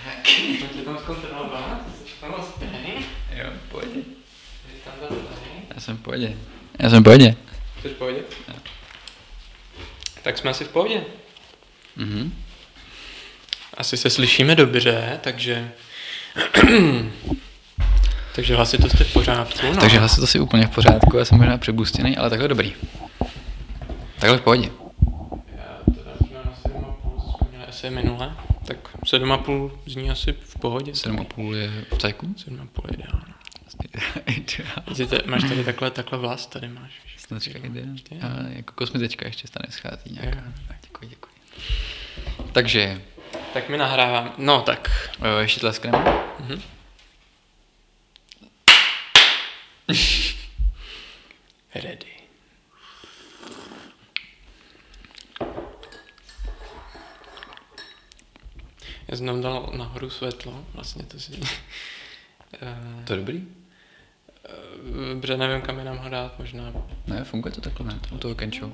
Pojďte tam zkontrolovat, jsi tam ostrý. Jo, pojď. Jsi tam zastaný. Já jsem v pohodě. Jsi v pohodě? Jo. Tak jsme asi v pohodě. Mhm. Asi se slyšíme dobře, takže... takže hlasitost je v pořádku. No. Takže hlasitost je úplně v pořádku, já jsem možná přebustěný, ale takhle dobrý. Takhle v pohodě. Já teda jsme na 7,5, jsme měli asi minule, tak 7,5 zní asi v pohodě. 7,5 je v cajku? 7,5 je ideálno. Máš tady takhle vlast, tady máš. Značka ideál. A jako kosmetička ještě stane schází nějaká. Děkuji. Takže... Tak mi nahrávám. No tak. Ještě tleskneme. Mhm. Ready. Já jsem tam dal nahoru světlo, vlastně to si... To je dobrý? Protože nevím, kam je nám ho dát, možná... Ne, funguje to takhle, ne? U toho Kenčou.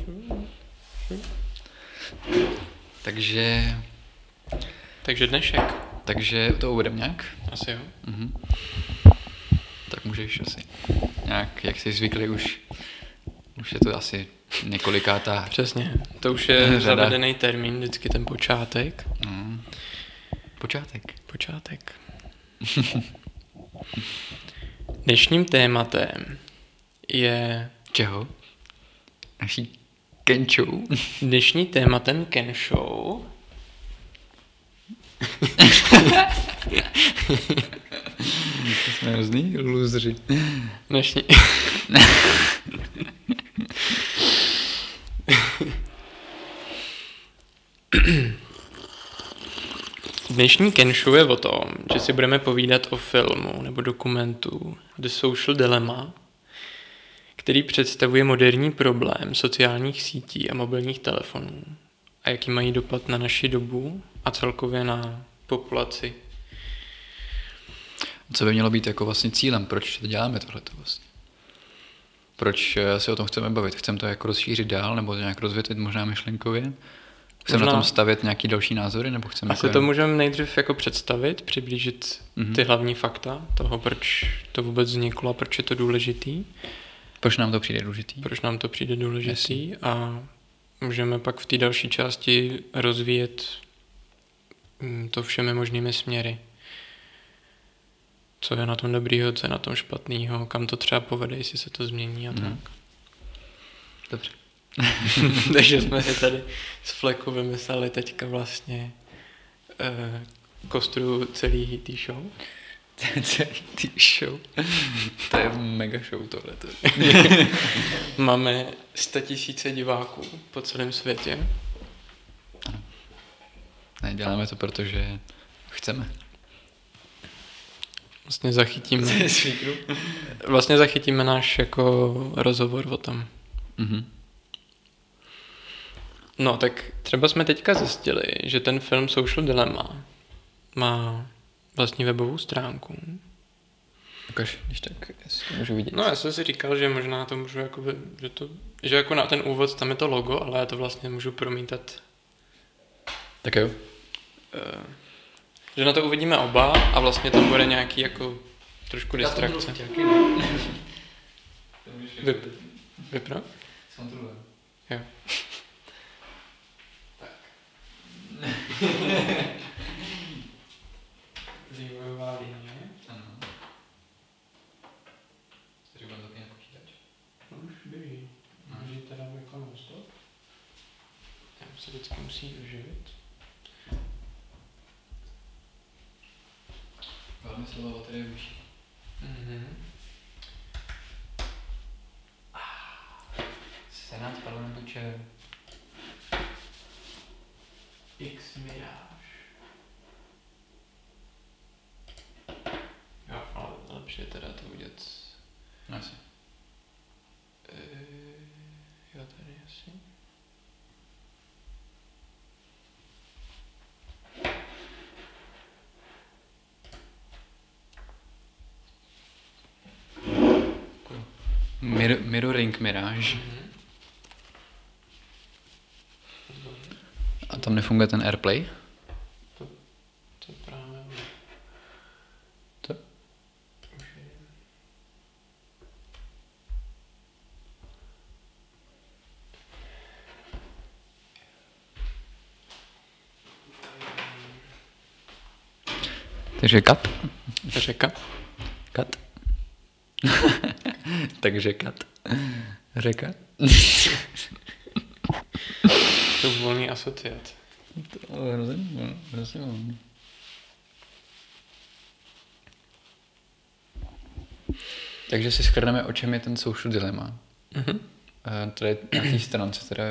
Takže dnešek. Takže to uvedem nějak? Asi jo. Mhm. Tak můžeš asi. Nějak, jak jsi zvyklý, už je to asi několikátá. Přesně, to už je zavedený termín, vždycky ten počátek. Počátek. Dnešním tématem je... Čeho? Naší Kenčou. Dnešní tématem Ken Show. To jsme hrozný lůzři. Dnešní... Dnešní Ken Show je o tom, že si budeme povídat o filmu nebo dokumentu The Social Dilemma, který představuje moderní problém sociálních sítí a mobilních telefonů a jaký mají dopad na naši dobu a celkově na populaci. Co by mělo být jako vlastně cílem? Proč to děláme tohleto vlastně? Proč se o tom chceme bavit? Chceme to jako rozšířit dál nebo nějak rozvětvit možná myšlenkově? Chceme na tom stavět nějaký další názory? Nebo chceme asi jako to můžeme nejdřív jako představit, přiblížit ty hlavní fakta toho, proč to vůbec vzniklo a proč je to důležitý. Proč nám to přijde důležitý? A můžeme pak v té další části rozvíjet to všemi možnými směry. Co je na tom dobrýho, co je na tom špatnýho, kam to třeba povede, jestli se to změní a tak. Dobře. Takže jsme si tady z fleku vymysleli teďka vlastně kostru celý tý show. Celý tý show. To je mega show tohleto. Máme 100 000 diváků po celém světě. Ano. Ne, děláme to, protože chceme. Vlastně zachytíme náš jako rozhovor o tom. Mhm. No, tak třeba jsme teďka zjistili, že ten film Social Dilemma má vlastní webovou stránku. Ukaž, když tak, jestli to můžu vidět. No, já jsem si říkal, že možná to můžu jakoby, že jako na ten úvod tam je to logo, ale já to vlastně můžu promítat. Tak jo. Že na to uvidíme oba a vlastně tam bude nějaký jako trošku distrakce. Vypra? Jo. Vývojová linie. Ano. Jsi říkal taky na počítač? No už běží. Běží teda jako non-stop. Tam se vždycky musí oživit. Hlavně slovo tady je vyšší. Senát parlamentu ČR. X Mirage. Jo, ale lepší je teda to udělat. Asi. Jo, tady asi. Mirroring Mirage. A tam nefunguje ten AirPlay? To právě Takže kat. Řeka. Kat. Takže kat. Řeka. To je volný asociace. To hrozně. Takže si shrneme, o čem je ten social dilemma. Mm-hmm. Tady na té stránce teda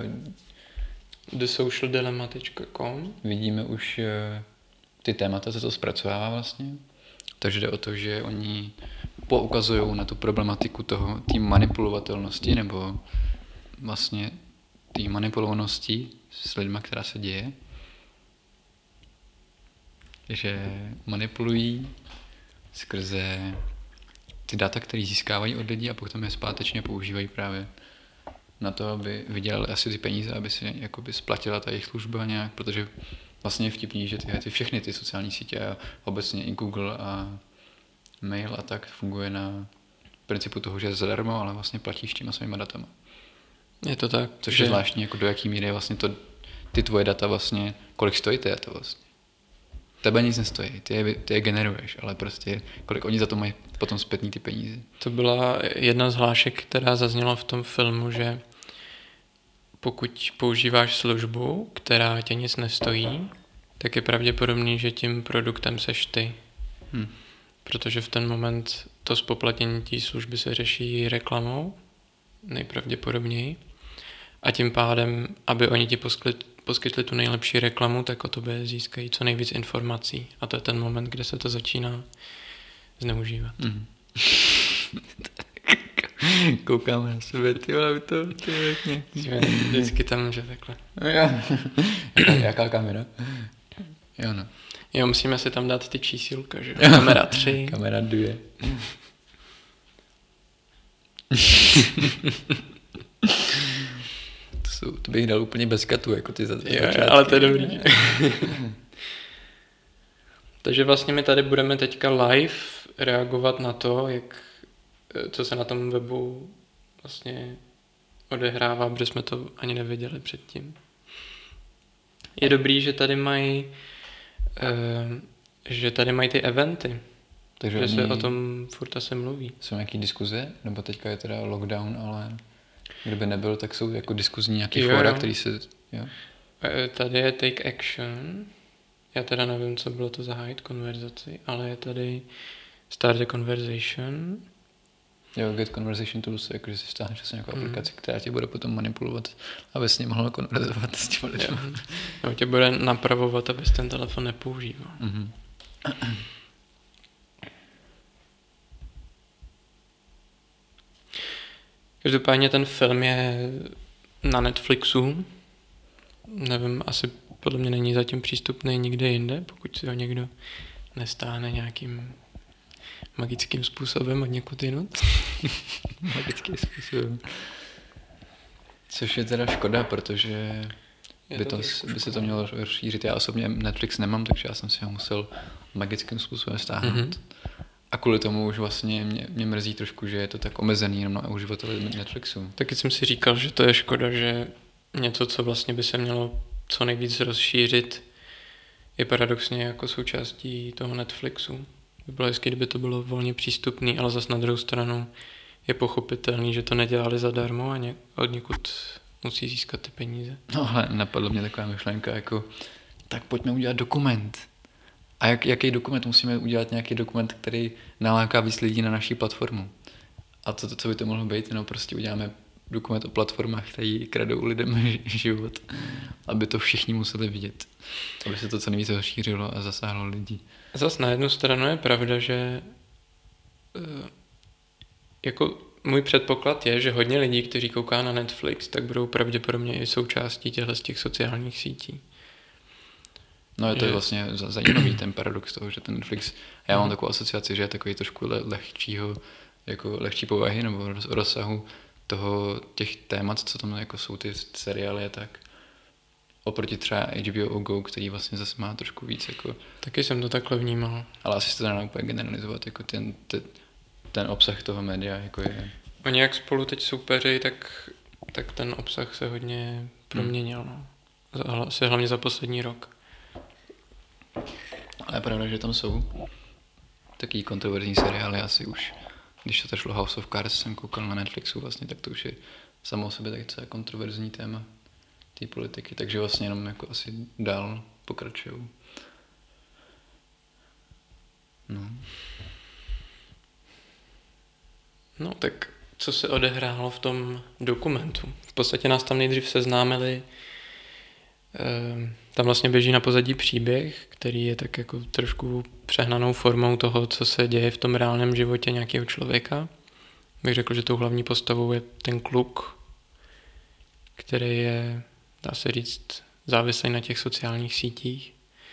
thesocialdilemma.com vidíme už ty témata, co to zpracovává vlastně. Takže jde o to, že oni poukazují na tu problematiku té manipulovatelnosti nebo vlastně té manipulovanosti s lidma, která se děje. Že manipulují skrze ty data, které získávají od lidí a potom je zpátečně používají právě na to, aby vydělali asi ty peníze, aby si jakoby splatila ta jejich služba nějak, protože vlastně je vtipný, že všechny ty sociální sítě a obecně i Google a mail a tak funguje na principu toho, že je zadarmo, ale vlastně platíš těma svýma datama. Je to tak. Což je zvláštní, jako do jaký míry vlastně ty tvoje data vlastně, kolik stojí ty data vlastně. Tebe nic nestojí, ty je generuješ, ale prostě kolik oni za to mají potom zpětný ty peníze. To byla jedna z hlášek, která zazněla v tom filmu, že pokud používáš službu, která tě nic nestojí, tak je pravděpodobný, že tím produktem seš ty. Protože v ten moment to zpoplatnění té služby se řeší reklamou, nejpravděpodobněji. A tím pádem, aby oni ti poskytli tu nejlepší reklamu, tak o tobě získají co nejvíc informací. A to je ten moment, kde se to začíná zneužívat. Koukáme na sebe, ty nějaký. Vždycky tam, že takhle. Jaká kamera? Jo, no. Jo, musíme si tam dát ty čísílka, že? Kamera 3. Kamera 2. To bych dal úplně bez katu, jako ty začátky. Ale to je dobrý. Takže vlastně my tady budeme teďka live reagovat na to, co se na tom webu vlastně odehrává, protože jsme to ani nevěděli předtím. Je dobrý, že tady mají ty eventy. Takže se o tom furt asi mluví. Jsou nějaký diskuze? Nebo teďka je teda lockdown, ale kdyby nebyl, tak jsou jako diskuzní nějaký fóra, který se... Jo? Tady je Take Action. Já teda nevím, co bylo to zahájit konverzaci, ale je tady Start the Conversation. Jo, Get Conversation Tools, jakože si stáhneš asi nějakou aplikaci, která tě bude potom manipulovat, aby s ním mohla konverzovat s těma lidma. Jo, tě bude napravovat, abys ten telefon nepoužíval. Mm-hmm. Každopádně ten film je na Netflixu. Nevím, asi podle mě není zatím přístupný nikde jinde, pokud si ho někdo nestáhne nějakým magickým způsobem od někud jinut. Magickým způsobem. Což je teda škoda, protože by se to mělo rozšířit. Já osobně Netflix nemám, takže já jsem si ho musel magickým způsobem stáhnout. Mm-hmm. A kvůli tomu už vlastně mě mrzí trošku, že je to tak omezený jenom na uživateli Netflixu. Taky jsem si říkal, že to je škoda, že něco, co vlastně by se mělo co nejvíc rozšířit, je paradoxně jako součástí toho Netflixu. By bylo hezky, kdyby to bylo volně přístupný, ale zas na druhou stranu je pochopitelný, že to nedělali zadarmo a od někud musí získat ty peníze. No ale napadla mě taková myšlenka, jako tak pojďme udělat dokument. A jaký dokument? Musíme udělat nějaký dokument, který naláká víc lidí na naší platformu. A co by to mohlo být? No prostě uděláme dokument o platformách, který kradou lidem život, aby to všichni museli vidět. Aby se to co nejvíce rozšířilo a zasáhlo lidi. Zas na jednu stranu je pravda, že jako můj předpoklad je, že hodně lidí, kteří kouká na Netflix, tak budou pravděpodobně i součástí z těch sociálních sítí. No je to vlastně zajímavý ten paradox toho, že ten Netflix, já mám takovou asociaci, že je takový trošku lehčí povahy nebo rozsahu těch témat, co tam jako jsou ty seriály a tak. Oproti třeba HBO Go, který vlastně zase má trošku víc jako... Taky jsem to takhle vnímal. Ale asi se to nedá úplně generalizovat, jako ten obsah toho média jako je... Oni jak spolu teď soupeří, tak ten obsah se hodně proměnil. No. Asi hlavně za poslední rok. Ale je pravda, že tam jsou Taký kontroverzní seriály asi už, když to šlo House of Cards, jsem koukal na Netflixu vlastně, tak to už je samo o sobě tak celé kontroverzní téma té politiky, takže vlastně jenom jako asi dál pokračují. No tak co se odehrálo v tom dokumentu? V podstatě nás tam nejdřív seznámili, tam vlastně běží na pozadí příběh, který je tak jako trošku přehnanou formou toho, co se děje v tom reálném životě nějakého člověka. Bych řekl, že tou hlavní postavou je ten kluk, který je, dá se říct, závislý na těch sociálních sítích.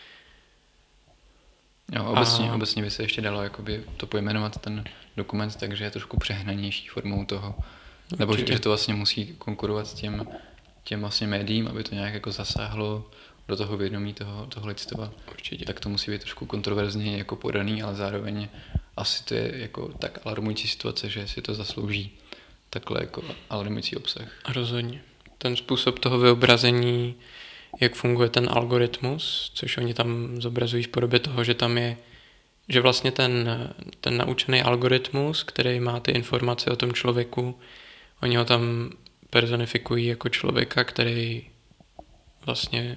Jo, obecně by se ještě dalo jakoby to pojmenovat ten dokument, takže je trošku přehnanější formou toho. Nebo že to vlastně musí konkurovat těm vlastně médiím, aby to nějak jako zasáhlo do toho vědomí toho lidstva. Určitě. Tak to musí být trošku kontroverzně jako podaný, ale zároveň asi to je jako tak alarmující situace, že si to zaslouží takhle jako alarmující obsah. Rozhodně. Ten způsob toho vyobrazení, jak funguje ten algoritmus, což oni tam zobrazují v podobě toho, že tam je, že vlastně ten naučený algoritmus, který má ty informace o tom člověku, oni ho tam personifikují jako člověka, který vlastně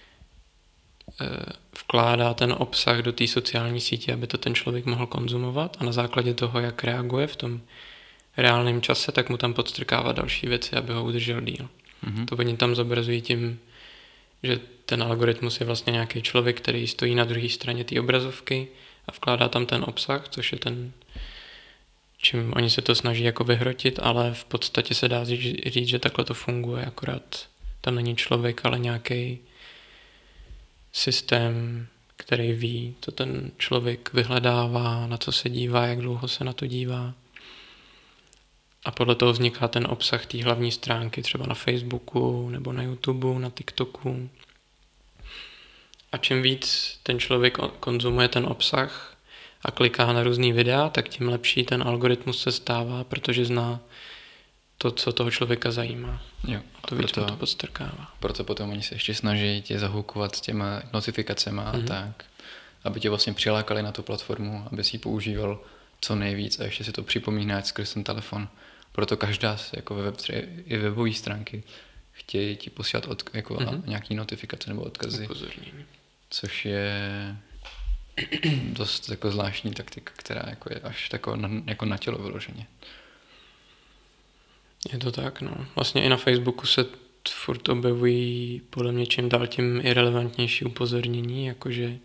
vkládá ten obsah do té sociální sítě, aby to ten člověk mohl konzumovat a na základě toho, jak reaguje v tom reálném čase, tak mu tam podstrkává další věci, aby ho udržel díl. Mm-hmm. To oni tam zobrazují tím, že ten algoritmus je vlastně nějaký člověk, který stojí na druhé straně té obrazovky a vkládá tam ten obsah, což je ten, čím oni se to snaží jako vyhrotit, ale v podstatě se dá říct, že takhle to funguje, akorát tam není člověk, ale nějaký systém, který ví, co ten člověk vyhledává, na co se dívá, jak dlouho se na to dívá. A podle toho vzniká ten obsah té hlavní stránky, třeba na Facebooku, nebo na YouTubeu, na TikToku. A čím víc ten člověk konzumuje ten obsah a kliká na různý videa, tak tím lepší ten algoritmus se stává, protože zná to, co toho člověka zajímá. Jo, a to víc to podstrkává. Proto potom oni se ještě snaží tě zahoukovat těma notifikacemi a tak, aby tě vlastně přilákali na tu platformu, aby si ji používal co nejvíc a ještě si to připomíná skrz ten telefon. Proto každá jako i webové stránky chtějí ti posílat nějaký notifikace nebo odkazy. Upozornění. Což je dost jako zvláštní taktika, která jako je až jako na tělo vyloženě. Je to tak, no. Vlastně i na Facebooku se furt objevují podle mě čím dál tím irelevantnější upozornění, jakože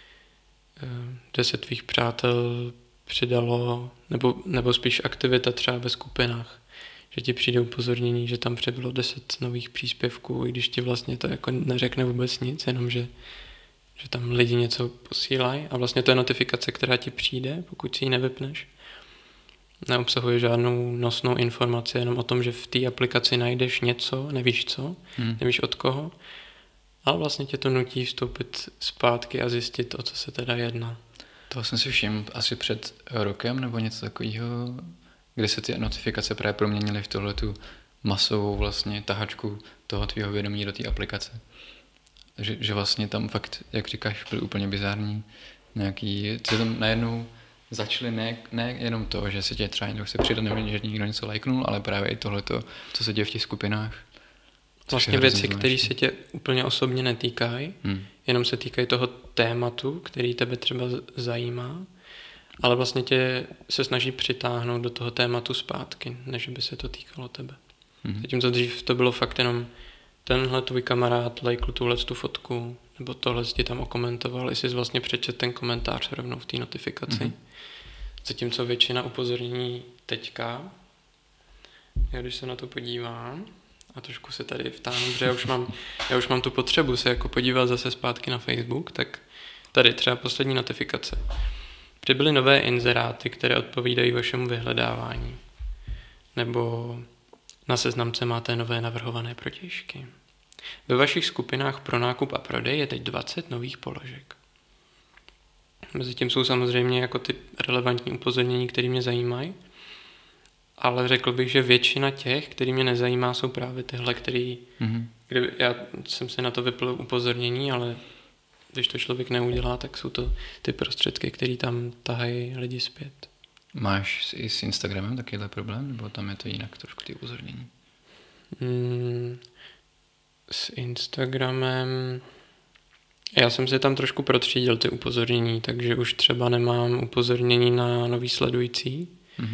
10 tvých přátel přidalo, nebo spíš aktivita třeba ve skupinách, že ti přijde upozornění, že tam přibylo 10 nových příspěvků, i když ti vlastně to jako neřekne vůbec nic, jenom že tam lidi něco posílají a vlastně to je notifikace, která ti přijde, pokud si ji nevypneš. Neobsahuje žádnou nosnou informaci, jenom o tom, že v té aplikaci najdeš něco, nevíš co, nevíš od koho, ale vlastně tě to nutí vstoupit zpátky a zjistit, o co se teda jedná. To jsem si všiml asi před rokem nebo něco takového, kde se ty notifikace právě proměnily v tuhletu masovou vlastně tahačku toho tvýho vědomí do té aplikace. Že vlastně tam fakt, jak říkáš, byl úplně bizární nějaký, co tam najednou začali ne jenom to, že se tě třeba někdo chce přidat, nebo že někdo něco lajknul, ale právě i tohleto, co se děje v těch skupinách. Vlastně věci, které se tě úplně osobně netýkají, jenom se týkají toho tématu, který tebe třeba zajímá, ale vlastně tě se snaží přitáhnout do toho tématu zpátky, než by se to týkalo tebe. Zatímco dřív to bylo fakt jenom tenhle tvůj kamarád lajkl tu fotku, nebo tohle ti tam okomentoval, jestli jsi vlastně přečet ten komentář rovnou v té notifikaci. Zatímco většina upozornění teďka, když se na to podívám, a trošku se tady vtáhnu, protože já už mám tu potřebu se jako podívat zase zpátky na Facebook, tak tady třeba poslední notifikace. Přibyly nové inzeráty, které odpovídají vašemu vyhledávání. Nebo na seznamce máte nové navrhované protějšky. Ve vašich skupinách pro nákup a prodej je teď 20 nových položek. Mezitím jsou samozřejmě jako ty relevantní upozornění, které mě zajímají, ale řekl bych, že většina těch, který mě nezajímá, jsou právě tyhle, který, já jsem si na to vypl upozornění, ale když to člověk neudělá, tak jsou to ty prostředky, které tam tahají lidi zpět. Máš i s Instagramem takovýhle problém, nebo tam je to jinak trošku ty upozornění? S Instagramem... Já jsem si tam trošku protřídil ty upozornění, takže už třeba nemám upozornění na nový sledující,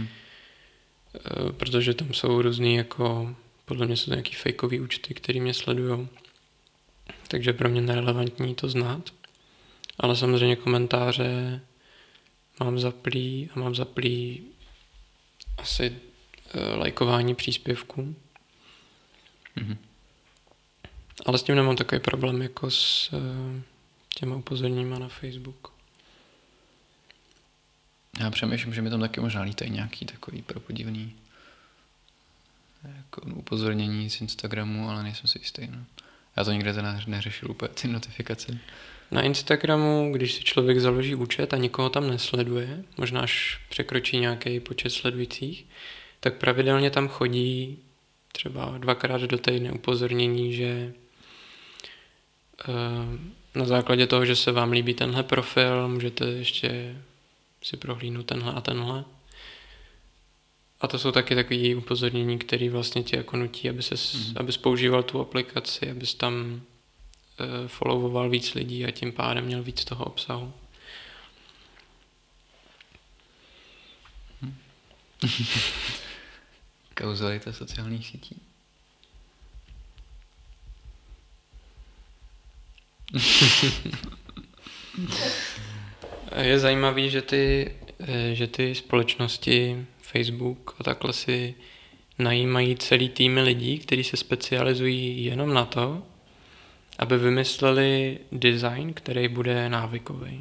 protože tam jsou různý jako, podle mě jsou to nějaký fejkový účty, který mě sledujou. Takže pro mě nerelevantní to znát. Ale samozřejmě komentáře mám zaplý asi lajkování příspěvků. Ale s tím nemám takový problém jako s těma upozorněníma na Facebook. Já přemýšlím, že mi tam taky možná lítají nějaký takový propodivný jako upozornění z Instagramu, ale nejsem si jistý. No. Já to nikde teda neřešil úplně ty notifikace. Na Instagramu, když si člověk založí účet a nikoho tam nesleduje, možná až překročí nějaký počet sledujících, tak pravidelně tam chodí třeba 2krát do týdne upozornění, že na základě toho, že se vám líbí tenhle profil, můžete ještě si prohlídnout tenhle a tenhle. A to jsou taky takové upozornění, které vlastně tě jako nutí, abys používal tu aplikaci, abys tam followoval víc lidí a tím pádem měl víc toho obsahu. Kauzalita sociálních sítí. Je zajímavý, že ty společnosti Facebook a takhle si najímají celý týmy lidí, kteří se specializují jenom na to, aby vymysleli design, který bude návykový.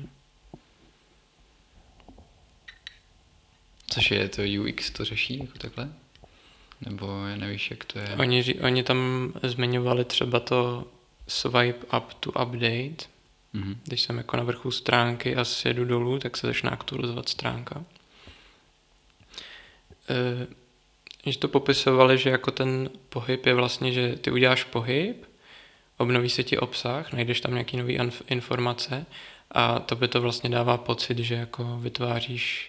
Což je to UX, to řeší jako takhle? Nebo nevíš, jak to je? Oni tam zmiňovali třeba to swipe up to update. Když jsem jako na vrchu stránky a sjedu dolů, tak se začne aktualizovat stránka. Když to popisovali, že jako ten pohyb je vlastně, že ty uděláš pohyb, obnoví se ti obsah, najdeš tam nějaký nový informace a to by to vlastně dává pocit, že jako vytváříš,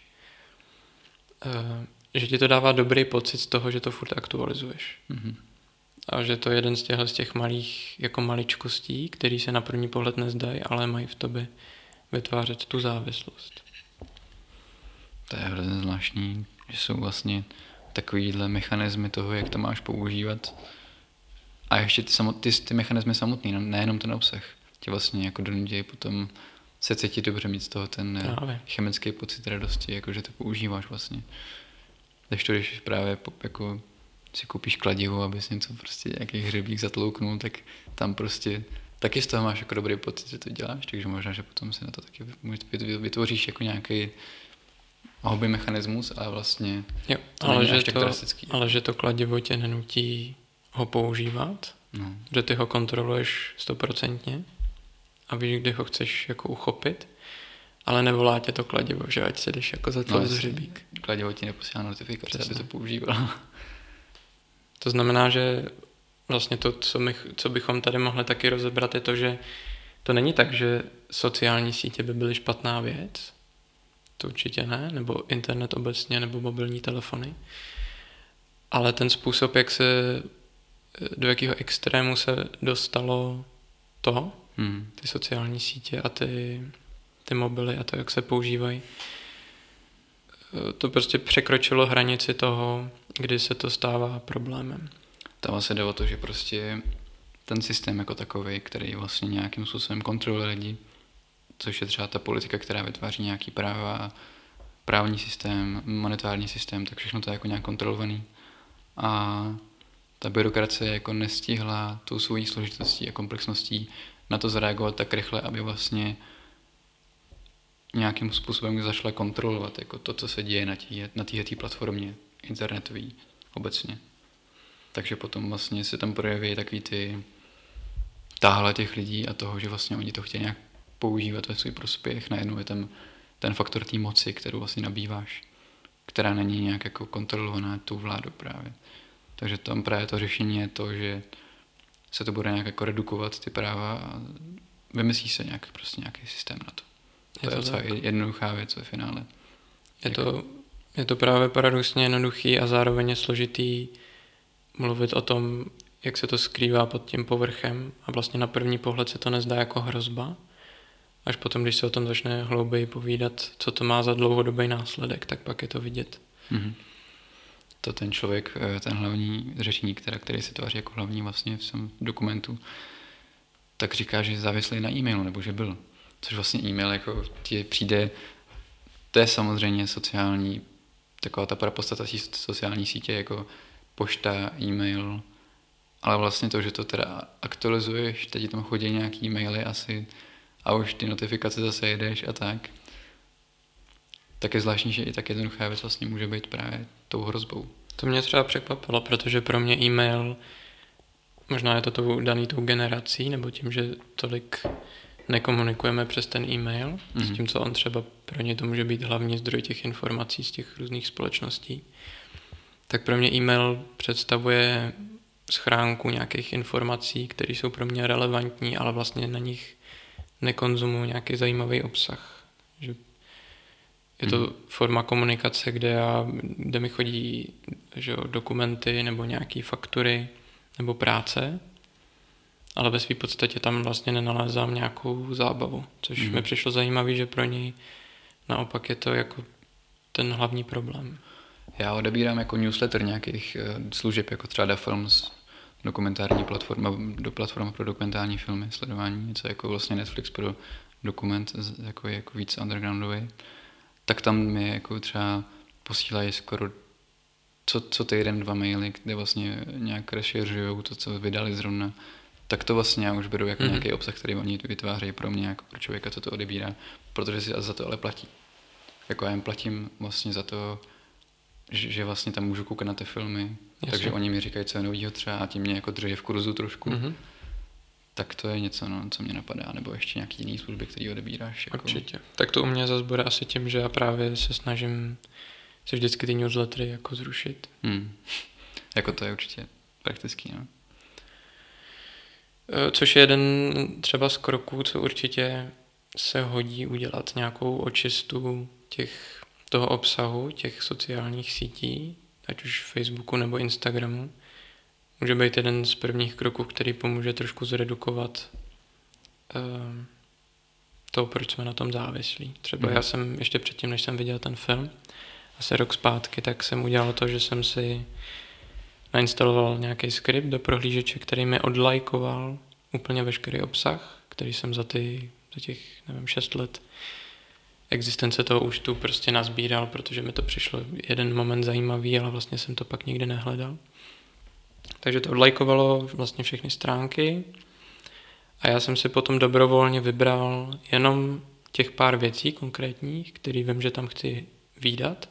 že ti to dává dobrý pocit z toho, že to furt aktualizuješ. A že to je jeden z těch malých jako maličkostí, který se na první pohled nezdají, ale mají v tobě vytvářet tu závislost. To je hrozně zvláštní, že jsou vlastně takovýhle mechanismy toho, jak to máš používat. A ještě ty mechanismy samotný, nejenom ten obsah, tě vlastně jako donutí potom se cítit dobře, mít z toho ten chemický pocit radosti, jako že to používáš vlastně. Když právě jako si koupíš kladivo, abys něco prostě nějaký hřebík zatlouknul, tak tam prostě taky z toho máš jako dobrý pocit, že to děláš, takže možná, že potom si na to taky vytvoříš jako nějaký hobby mechanismus, ale vlastně jo, ale že to kladivo tě nenutí ho používat, že ty ho kontroluješ 100% a víš, kdy ho chceš jako uchopit, ale nevolá tě to kladivo, že ať si jdeš jako zatlouk hřebík. Kladivo ti neposílá notifikace, aby to používal. To znamená, že vlastně to, co bychom tady mohli taky rozebrat, je to, že to není tak, že sociální sítě by byly špatná věc, to určitě ne, nebo internet obecně, nebo mobilní telefony, ale ten způsob, do jakého extrému se dostalo ty sociální sítě a ty mobily a to, jak se používají, to prostě překročilo hranici toho, kdy se to stává problémem. Tam vlastně jde o to, že prostě ten systém jako takový, který vlastně nějakým způsobem kontroluje lidi, což je třeba ta politika, která vytváří nějaký práva, právní systém, monetární systém, tak všechno to je jako nějak kontrolovaný. A ta byrokracie jako nestihla tou svojí složitostí a komplexností na to zareagovat tak rychle, aby vlastně nějakým způsobem zašla kontrolovat jako to, co se děje na této platformě internetový obecně. Takže potom vlastně se tam projeví takový ty táhle těch lidí a toho, že vlastně oni to chtějí nějak používat ve svůj prospěch. Najednou je tam ten faktor té moci, kterou vlastně nabýváš, která není nějak jako kontrolovaná tou vládou právě. Takže tam právě to řešení je to, že se to bude nějak jako redukovat ty práva a vymyslí se nějaký systém na to. To je docela jednoduchá věc ve finále. Je to právě paradoxně jednoduchý a zároveň je složitý mluvit o tom, jak se to skrývá pod tím povrchem a vlastně na první pohled se to nezdá jako hrozba. Až potom, když se o tom začne hlouběji povídat, co to má za dlouhodobý následek, tak pak je to vidět. Mm-hmm. To ten člověk, ten hlavní řečník, který se tváří jako hlavní vlastně v tom dokumentu, tak říká, že je závislý na e-mailu, nebo že byl. Což vlastně e-mail jako ti přijde, to je samozřejmě sociální, taková ta prapodstata sociální sítě, jako pošta, e-mail, ale vlastně to, že to teda aktualizuješ, teď tam chodí nějaký e-maily asi a už ty notifikace zase jedeš a tak je zvláštní, že i tak jednoduchá věc vlastně může být právě tou hrozbou. To mě třeba překvapilo, protože pro mě e-mail, možná je to daný tou generací, nebo tím, že tolik nekomunikujeme přes ten e-mail, s tím, co on třeba pro ně to může být hlavní zdroj těch informací z těch různých společností. Tak pro mě e-mail představuje schránku nějakých informací, které jsou pro mě relevantní, ale vlastně na nich nekonzumuji nějaký zajímavý obsah. Že je to forma komunikace, kde mi chodí dokumenty nebo nějaké faktury nebo práce, ale ve své podstatě tam vlastně nenalézám nějakou zábavu, což mi přišlo zajímavé, že pro něj naopak je to jako ten hlavní problém. Já odebírám jako newsletter nějakých služeb, jako třeba DaFilms, dokumentární platforma pro dokumentární filmy, sledování, něco jako vlastně Netflix pro dokument, jako víc undergroundový. Tak tam mi jako třeba posílají skoro co týden 2 maily, kde vlastně nějak rešeržujou to, co vydali zrovna. Tak to vlastně já už beru jako nějaký obsah, který oni vytvářejí pro mě, jako pro člověka, co to odebírá, protože si za to ale platí. Jako já jim platím vlastně za to, že vlastně tam můžu koukat na ty filmy, jasně. Takže oni mi říkají, co je novýho třeba a tím mě jako drží v kurzu trošku. Tak to je něco, co mě napadá, nebo ještě nějaký jiný služby, který odebíráš. Jako... Určitě. Tak to u mě zase bude asi tím, že já právě se snažím se vždycky ty newslettery jako zrušit. Jako to je určitě praktický, no. Což je jeden třeba z kroků, co určitě se hodí udělat nějakou očistu toho obsahu, těch sociálních sítí, ať už Facebooku nebo Instagramu. Může být jeden z prvních kroků, který pomůže trošku zredukovat to, proč jsme na tom závislí. Třeba já jsem ještě předtím, než jsem viděl ten film, asi rok zpátky, tak jsem udělal to, že jsem si nainstaloval nějaký skript do prohlížeče, který mi odlajkoval úplně veškerý obsah, který jsem za těch 6 let existence toho účtu prostě nazbíral, protože mi to přišlo jeden moment zajímavý, ale vlastně jsem to pak nikdy nehledal. Takže to odlajkovalo vlastně všechny stránky a já jsem si potom dobrovolně vybral jenom těch pár věcí konkrétních, který vím, že tam chci vídat.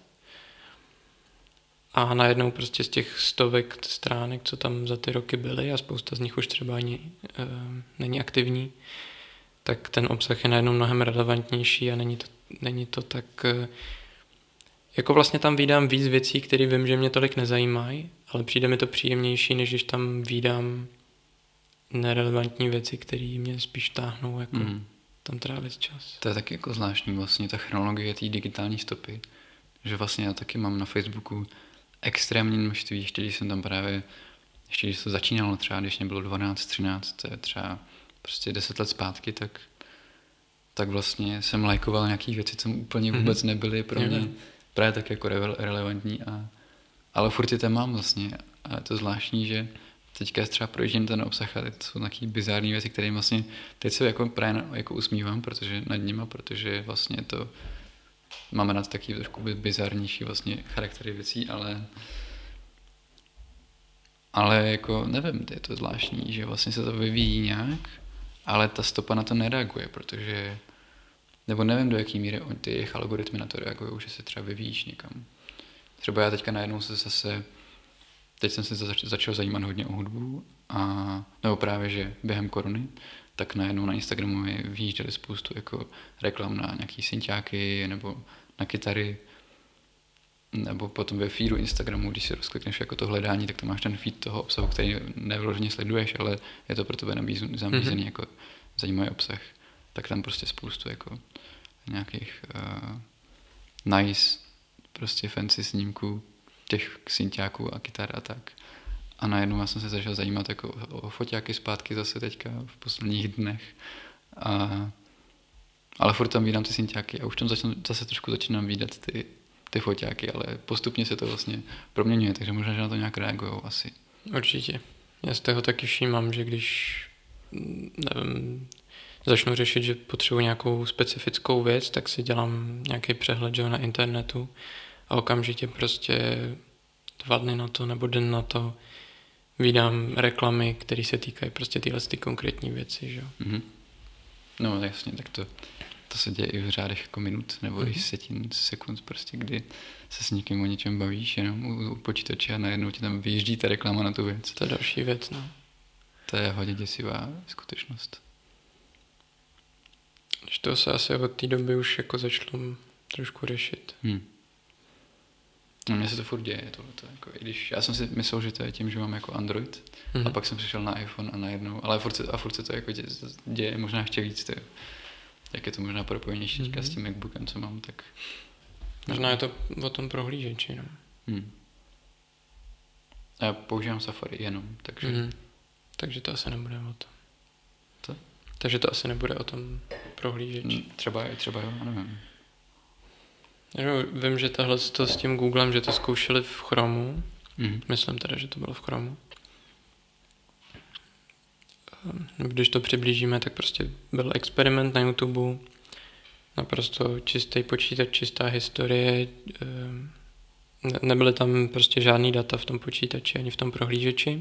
A najednou prostě z těch stovek stránek, co tam za ty roky byly a spousta z nich už třeba ani není aktivní, tak ten obsah je najednou mnohem relevantnější a není to tak... Jako vlastně tam vídám víc věcí, které vím, že mě tolik nezajímají, ale přijde mi to příjemnější, než když tam vídám nerelevantní věci, které mě spíš táhnou, jako tam trávit čas. To je taky jako zvláštní vlastně ta chronologie té digitální stopy, že vlastně já taky mám na Facebooku extrémní množství, ještě když to začínalo třeba, když mě bylo 12, 13, to je třeba prostě 10 let zpátky, tak vlastně jsem lajkoval nějaký věci, co úplně vůbec nebyly pro mě právě tak jako relevantní, ale furt je tam mám vlastně a je to zvláštní, že teďka třeba projíždím ten obsah a teď jsou taky bizární věci, které vlastně teď se jako právě jako usmívám, protože vlastně to máme na to taky trošku bizarnější vlastně charaktery věcí, ale jako nevím, je to zvláštní, že vlastně se to vyvíjí nějak, ale ta stopa na to nereaguje, protože nebo nevím, do jaký míry ty jejich algoritmy na to reagují, že se třeba vyvíjíš někam. Třeba já teďka najednou teď jsem se začal zajímat hodně o hudbu nebo právě, že během korony, tak najednou na Instagramu mi vyjížděly spoustu jako reklam na nějaký synťáky nebo na kytary, nebo potom ve feedu Instagramu, když si rozklikneš jako to hledání, tak tam máš ten feed toho obsahu, který nevyloženě sleduješ, ale je to pro tebe nabízený jako zajímavý obsah, tak tam prostě spoustu jako nějakých nice, prostě fancy snímků těch synťáků a kytar a tak. A najednou já jsem se začal zajímat jako o foťáky zpátky zase teďka v posledních dnech. Ale furt tam vídám ty synťáky a už tam zase trošku začínám vídat ty foťáky, ale postupně se to vlastně proměňuje, takže možná, že na to nějak reagujou asi. Určitě. Já z toho taky všímám, že když nevím, začnu řešit, že potřebuji nějakou specifickou věc, tak si dělám nějaký přehled, že na internetu a okamžitě prostě 2 dny na to nebo den na to vydám reklamy, které se týkají prostě tyhle konkrétní věci, že jo. Mm-hmm. No jasně, tak to se děje i v řádech jako minut nebo i sekund prostě, kdy se s někým o něčem bavíš jenom u počítače a najednou ti tam vyjíždí ta reklama na tu věc. To je další věc, no. To je hodně děsivá skutečnost. Když to se asi od té doby už jako začalo trošku řešit. No, mně se to furt děje tohleto. Jako, i když já jsem si myslel, že to je tím, že mám jako Android a pak jsem přišel na iPhone a najednou, ale furt se to jako děje možná ještě víc. Jak je to možná propojenější teďka s tím MacBookem, co mám, tak... Možná je to o tom prohlížeči, no. A já používám Safari jenom, takže... Takže to asi nebude o tom. Co? Takže to asi nebude o tom prohlížeči. Třeba jo, nevím. Vím, že tohle s tím Googlem, že to zkoušeli v Chromu. Myslím teda, že to bylo v Chromu. Když to přiblížíme, tak prostě byl experiment na YouTube. Naprosto čistý počítač, čistá historie. Nebyly tam prostě žádný data v tom počítači ani v tom prohlížeči.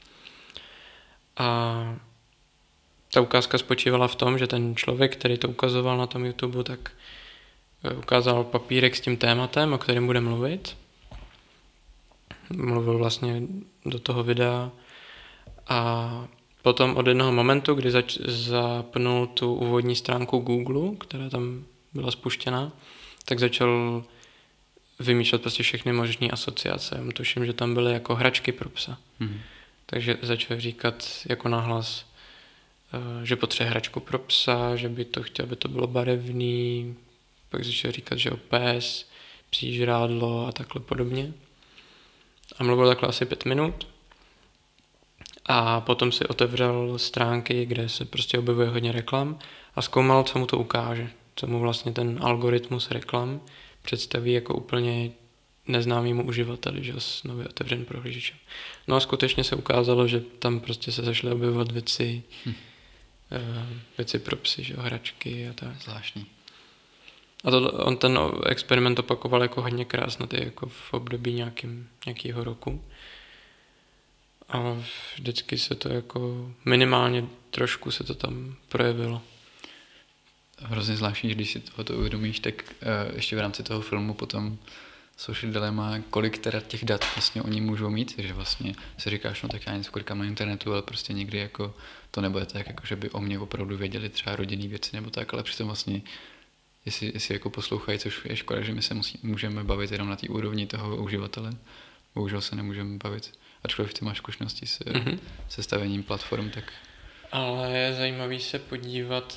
A ta ukázka spočívala v tom, že ten člověk, který to ukazoval na tom YouTube, tak ukázal papírek s tím tématem, o kterém bude mluvit. Mluvil vlastně do toho videa a potom od jednoho momentu, kdy zapnul tu úvodní stránku Google, která tam byla spuštěna, tak začal vymýšlet prostě všechny možné asociace. Tuším, že tam byly jako hračky pro psa. Takže začal říkat jako nahlas, že potřebuje hračku pro psa, že by to chtěl, aby to bylo barevný, pak začal říkat, že o pes, psí žrádlo a takhle podobně. A mluvil takhle asi 5 minut. A potom si otevřel stránky, kde se prostě objevuje hodně reklam a zkoumal, co mu to ukáže. Co mu vlastně ten algoritmus reklam představí jako úplně neznámému uživateli, že s nově otevřeným prohlížečem. No a skutečně se ukázalo, že tam prostě se začaly objevovat věci pro psy, že hračky a tak. Zvláštní. A on ten experiment opakoval jako hodně krásně, jako v období nějakého roku. A vždycky se to jako minimálně trošku se to tam projevilo. Hrozně zvláštní, když si tohoto uvědomíš, tak ještě v rámci toho filmu potom Social Dilemma, kolik teda těch dat vlastně oni můžou mít, že vlastně si říkáš, no tak já něco klikám na internetu, ale prostě někdy jako to nebude tak, jako že by o mě opravdu věděli třeba rodinný věci nebo tak, ale přitom vlastně jestli jako poslouchají, což je škoda, že my se můžeme bavit jenom na té úrovni toho uživatele, bohužel se nemůžeme bavit, ačkoliv ty máš zkušenosti se stavením platform, tak... Ale je zajímavý se podívat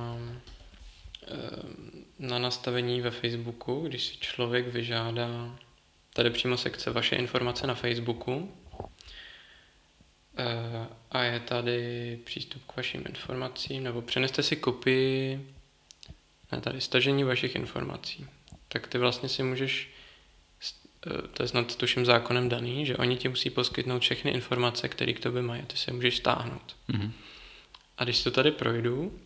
na nastavení ve Facebooku, když si člověk vyžádá tady přímo sekce vaše informace na Facebooku a je tady přístup k vašim informacím, nebo přeneste si kopii, tady stažení vašich informací. Tak ty vlastně si můžeš, to je snad tuším zákonem daný, že oni ti musí poskytnout všechny informace, které k tobě mají, ty si je můžeš stáhnout. A když to tady projdu,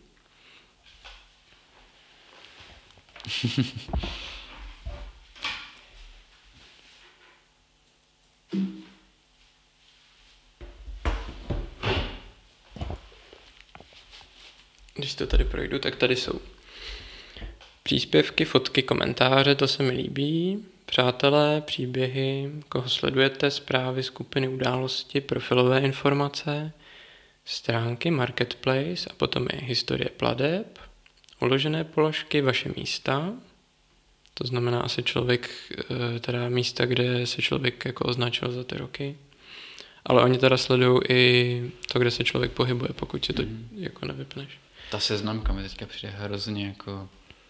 tak tady jsou příspěvky, fotky, komentáře, to se mi líbí, přátelé, příběhy, koho sledujete, zprávy, skupiny, události, profilové informace, stránky, marketplace a potom je historie plateb, uložené položky, vaše místa, to znamená asi teda místa, kde se člověk jako označil za ty roky, ale oni teda sledují i to, kde se člověk pohybuje, pokud si to jako nevypneš. Ta seznamka mi teďka přijde hrozně jako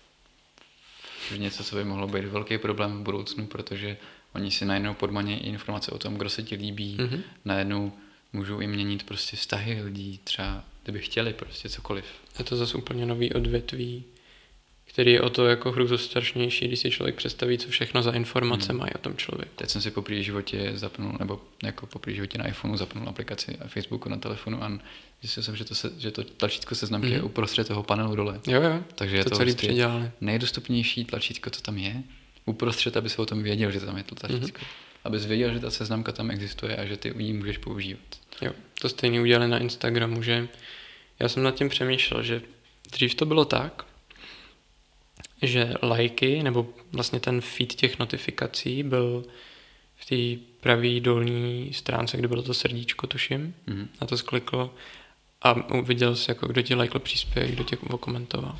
něco, co by mohlo být velký problém v budoucnu, protože oni si najednou podmaní informace o tom, kdo se ti líbí, najednou můžou i měnit prostě vztahy lidí, třeba kdyby chtěli prostě cokoliv. Je to zase úplně nový odvětví, který je o to jako hrůzostrašnější, když si člověk představí, co všechno za informace mají o tom člověku. Teď jsem si poprvé životě zapnul, nebo jako poprvé životě na iPhoneu zapnul aplikaci a Facebooku na telefonu a zjistil jsem, že to tlačítko seznamky je uprostřed toho panelu dole. Jo, takže je to celý prostě předělali. Nejdostupnější tlačítko, co tam je, uprostřed, aby se o tom věděl, že tam je to tlačítko. Abys věděl, že ta seznamka tam existuje a že ty ji můžeš používat. Jo, to stejně udělali na Instagramu, že já jsem nad tím přemýšlel, že dřív to bylo tak, že lajky, nebo vlastně ten feed těch notifikací byl v té pravé dolní stránce, kde bylo to srdíčko, tuším, na to sklikl a uviděl jsi, jako kdo ti lajkl příspěvek, kdo tě okomentoval.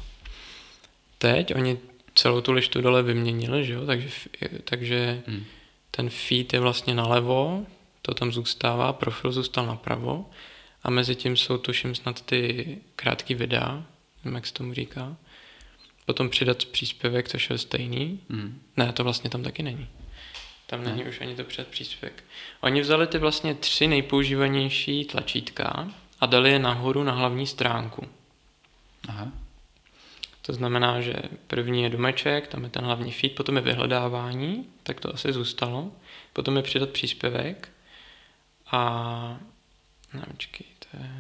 Teď oni celou tu lištu dole vyměnili, že jo? Takže ten feed je vlastně nalevo, to tam zůstává, profil zůstal napravo a mezi tím jsou tuším snad ty krátký videa, nevím, jak se tomu říká. Potom přidat příspěvek, což je stejný. Ne, to vlastně tam taky není. Tam není už ani to přidat příspěvek. Oni vzali ty vlastně 3 nejpoužívanější tlačítka a dali je nahoru na hlavní stránku. Aha. To znamená, že první je domeček, tam je ten hlavní feed, potom je vyhledávání, tak to asi zůstalo. Potom je přidat příspěvek a... No, počkej, to je...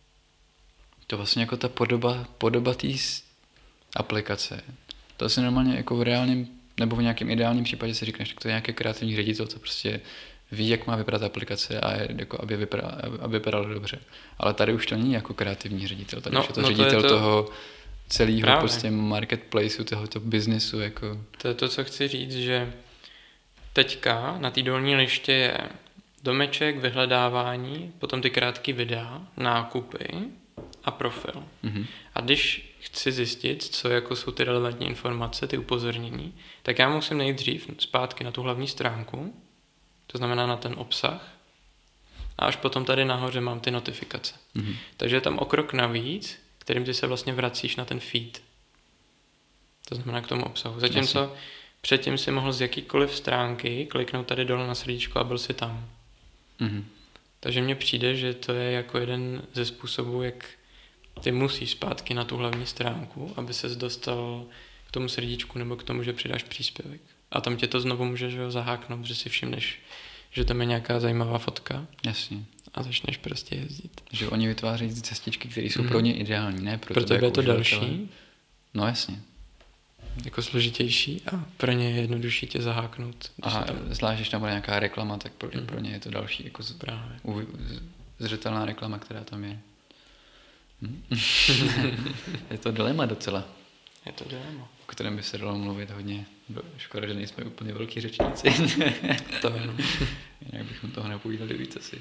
To vlastně jako ta podoba té aplikace. To asi normálně jako v reálním, nebo v nějakém ideálním případě si říkáš, tak to je nějaký kreativní ředitel, co prostě ví, jak má vypadat aplikace a je, jako, aby vypadalo dobře. Ale tady už to není jako kreativní ředitel, tady už je to ředitel toho celého prostě marketplaceu, tohoto biznesu. Jako. To je to, co chci říct, že teďka na té dolní liště je domeček, vyhledávání, potom ty krátké videa, nákupy a profil. A když chci zjistit, co jako jsou ty relevantní informace, ty upozornění, tak já musím nejdřív zpátky na tu hlavní stránku, to znamená na ten obsah, a až potom tady nahoře mám ty notifikace. Takže je tam o krok navíc, kterým ty se vlastně vracíš na ten feed. To znamená k tomu obsahu. Zatímco předtím si mohl z jakýkoliv stránky kliknout tady dole na srdíčko a byl si tam. Takže mně přijde, že to je jako jeden ze způsobů, jak ty musíš zpátky na tu hlavní stránku, aby ses dostal k tomu srdíčku nebo k tomu, že přidáš příspěvek. A tam tě to znovu můžeš zaháknout, že si všimneš, že tam je nějaká zajímavá fotka. Jasně. A začneš prostě jezdit. Že oni vytvářejí cestičky, které jsou pro ně ideální, ne? Pro tebe je to další. No jasně. Jako složitější a pro ně je jednodušší tě zaháknout. A zvlášť, když tam bude nějaká reklama, tak pro ně je to další jako zřetelná reklama, která tam je. Je to dilema docela. Je to dilema. O kterém by se dalo mluvit hodně. Škoda, že nejsme úplně velký řečníci. To je. Jinak bychom toho nepovídali víc asi.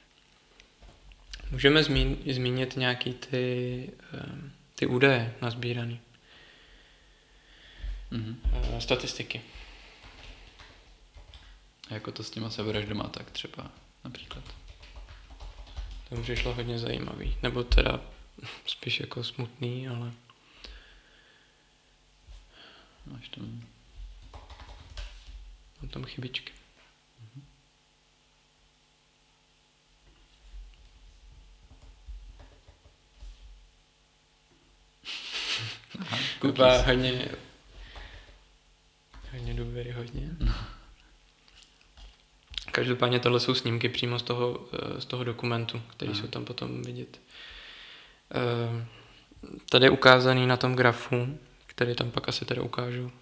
Můžeme zmínit nějaký ty údaje nazbírané. Statistiky. A jako to s těma sebevraždama tak třeba například. To mi přišlo hodně zajímavý. Nebo teda spíš jako smutný, ale... Máš tam... Mám tam chybičky. Kupa hodně důvěryhodně. Každopádně tohle jsou snímky přímo z toho dokumentu, který jsou tam potom vidět. Tady je ukázaný na tom grafu, který tam pak asi tady ukážu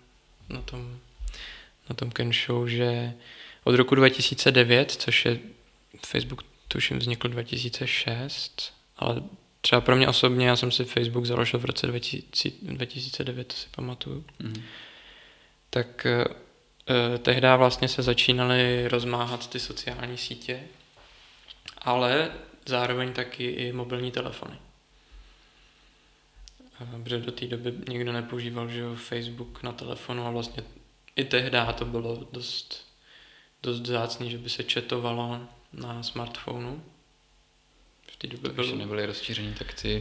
na tom Ken Show, že od roku 2009, což je Facebook tuším vznikl 2006, ale třeba pro mě osobně, já jsem si Facebook založil v roce 2009, to si pamatuju. Tak tehdy vlastně se začínaly rozmáhat ty sociální sítě, ale zároveň taky i mobilní telefony. Protože do té doby nikdo nepoužíval, že Facebook na telefonu a vlastně i tehdy to bylo dost vzácný, že by se chatovalo na smartphonu. V té době když nebyly rozšíření, tak ty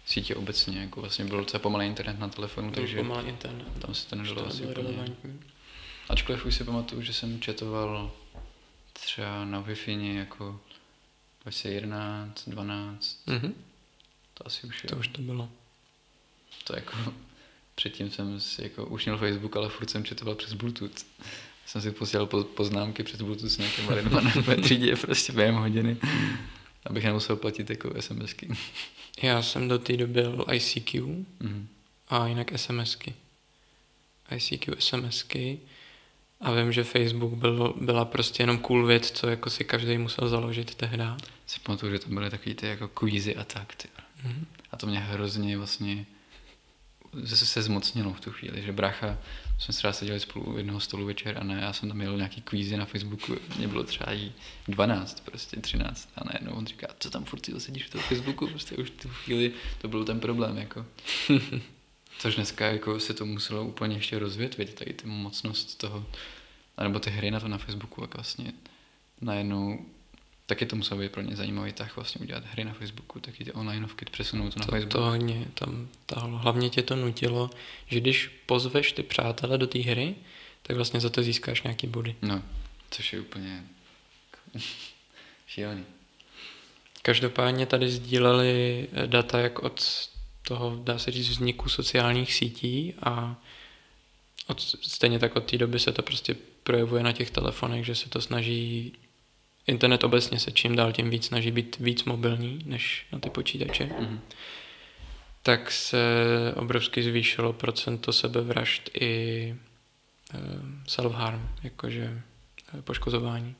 sítě obecně, jako vlastně byl docela pomalý internet na telefonu, takže pomalý internet. Tam se to nedalo asi úplně. Relevantní. Ačkoliv už si pamatuju, že jsem chatoval třeba na Wi-Fi jako 2011, 12. To asi už je. To už to bylo. To jako předtím jsem si jako už měl Facebook, ale furt jsem chatoval přes Bluetooth. Jsem si posílal poznámky přes Bluetooth s nějakým Redmanem ve třídě prostě během hodiny, abych nemusel platit jako SMSky. Já jsem do té doby byl ICQ a jinak SMSky. ICQ, SMSky a vím, že Facebook byla prostě jenom cool věc, co jako si každý musel založit tehda. Si pamatuju, že tam byly takový ty jako kvízy a tak. A to mě hrozně vlastně se zmocnilo v tu chvíli, že brácha, jsme se seděli spolu u jednoho stolu večer a ne, já jsem tam měl nějaký kvízy na Facebooku, mě bylo třeba jí 12, prostě 13 a najednou on říká, co tam furt si sedíš v tom Facebooku, prostě už v tu chvíli to byl ten problém, jako. Což dneska jako se to muselo úplně ještě rozvětvit, tady ty mocnost toho, anebo ty hry na to na Facebooku, jak vlastně najednou taky to muselo být pro ně zajímavý tak vlastně udělat hry na Facebooku, taky ty onlineovky přesunout to na Facebook. To hodně tam tahlo. Hlavně tě to nutilo, že když pozveš ty přátele do té hry, tak vlastně za to získáš nějaký body. No, což je úplně šílený. Každopádně tady sdíleli data jak od toho, dá se říct, vzniku sociálních sítí a stejně tak od té doby se to prostě projevuje na těch telefonech, že se to snaží. Internet obecně se čím dál tím víc snaží být víc mobilní než na ty počítače. Tak se obrovsky zvýšilo procento sebevražd i self-harm, jakože poškozování.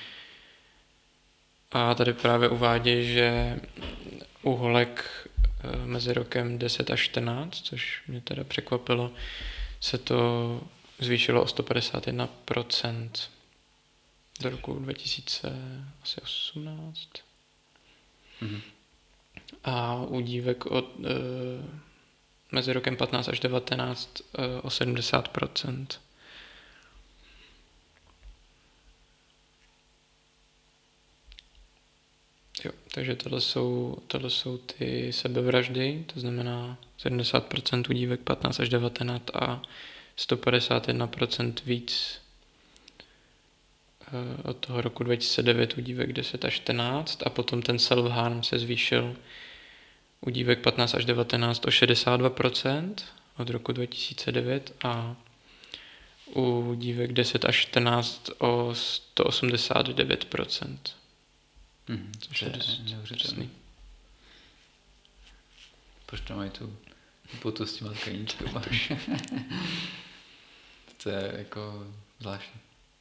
A tady právě uvádí, že u holek mezi rokem 10 až 14, což mě teda překvapilo, se to zvýšilo o 151%. Do roku 2018. A u dívek mezi rokem 15 až 19 o 70%. Jo, takže tohle jsou ty sebevraždy, to znamená 70% u dívek 15 až 19 a 151% víc od toho roku 2009 u dívek 10 až 14 a potom ten self-harm se zvýšil u dívek 15 až 19 o 62% od roku 2009 a u dívek 10 až 14 o 189%. Což je dost drsný. Proč tam mají tu potu s těma tkaníčkama? To je jako zvláštní.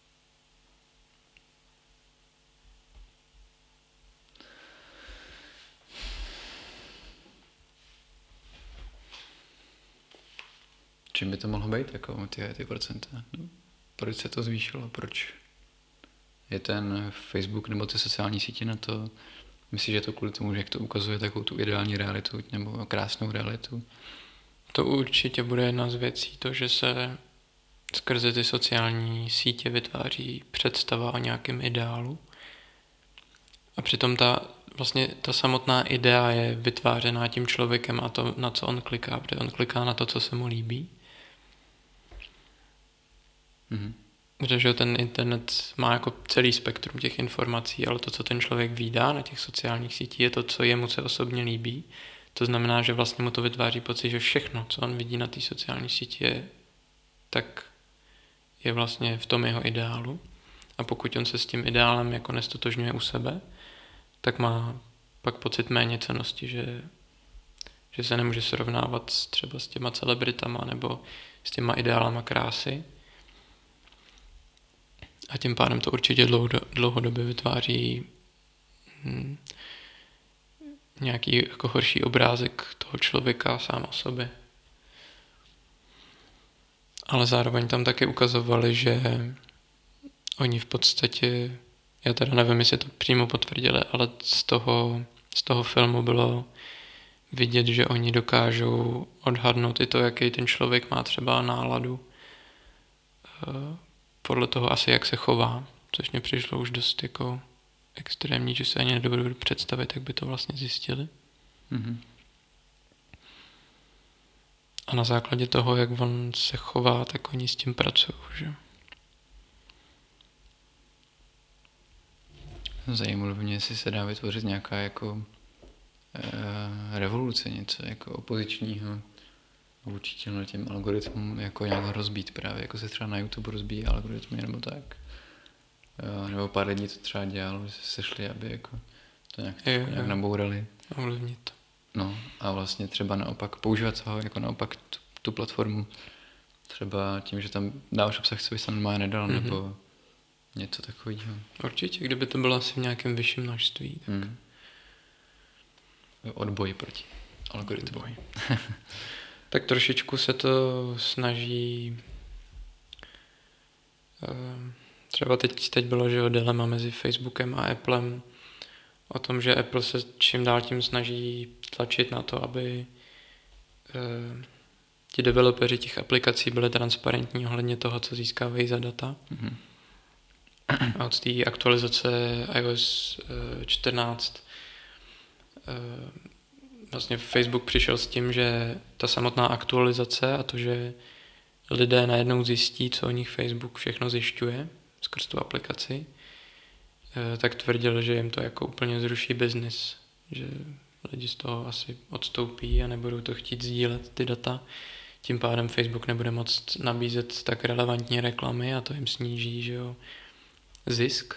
Čím by to mohlo být, jako ty procenta? No, proč se to zvýšilo? Proč je ten Facebook nebo ty sociální sítě na to? Myslíš, že to kvůli tomu, že jak to ukazuje takovou tu ideální realitu nebo krásnou realitu? To určitě bude jedna z věcí, to, že se skrze ty sociální sítě vytváří představa o nějakém ideálu. A přitom ta samotná idea je vytvářená tím člověkem a to, na co on kliká, protože on kliká na to, co se mu líbí. Protože ten internet má jako celý spektrum těch informací, ale to, co ten člověk vídá na těch sociálních sítích, je to, co jemu se osobně líbí. To znamená, že vlastně mu to vytváří pocit, že všechno, co on vidí na té sociální síti, tak je vlastně v tom jeho ideálu. A pokud on se s tím ideálem jako nestotožňuje u sebe, tak má pak pocit méněcennosti, že se nemůže srovnávat třeba s těma celebritama nebo s těma ideálama krásy. A tím pádem to určitě dlouhodobě vytváří nějaký jako horší obrázek toho člověka sám o sobě. Ale zároveň tam taky ukazovali, že oni v podstatě, já teda nevím, jestli to přímo potvrdili, ale z toho filmu bylo vidět, že oni dokážou odhadnout i to, jaký ten člověk má třeba náladu podle toho asi, jak se chová, což mě přišlo už dost jako extrémní, že se ani nedovedu představit, jak by to vlastně zjistili. A na základě toho, jak on se chová, tak oni s tím pracují, že? Zajímalo mě, jestli se dá vytvořit nějaká jako revoluce, něco jako opozičního vůči těm algoritmům, jako nějak rozbít právě, jako se třeba na YouTube rozbíjí algoritmy nebo tak. Nebo pár lidí to třeba dělalo, že se sešli, aby jako to nějak nabourali. Ovlivnit. No a vlastně třeba naopak používat toho jako naopak tu platformu třeba tím, že tam dáš obsah, co bys tam normálně nedal, nebo něco takového. Určitě, kdyby to bylo asi v nějakém vyšším množství. Tak. Odboj proti algoritmu. Tak trošičku se to snaží třeba teď bylo, že dilema mezi Facebookem a Applem o tom, že Apple se čím dál tím snaží tlačit na to, aby ti developeři těch aplikací byli transparentní ohledně toho, co získávají za data. A od té aktualizace iOS 14 vlastně Facebook přišel s tím, že ta samotná aktualizace a to, že lidé najednou zjistí, co o nich Facebook všechno zjišťuje skrz tu aplikaci, tak tvrdil, že jim to jako úplně zruší biznis, že lidi z toho asi odstoupí a nebudou to chtít sdílet ty data. Tím pádem Facebook nebude moct nabízet tak relevantní reklamy a to jim sníží, že jo, zisk.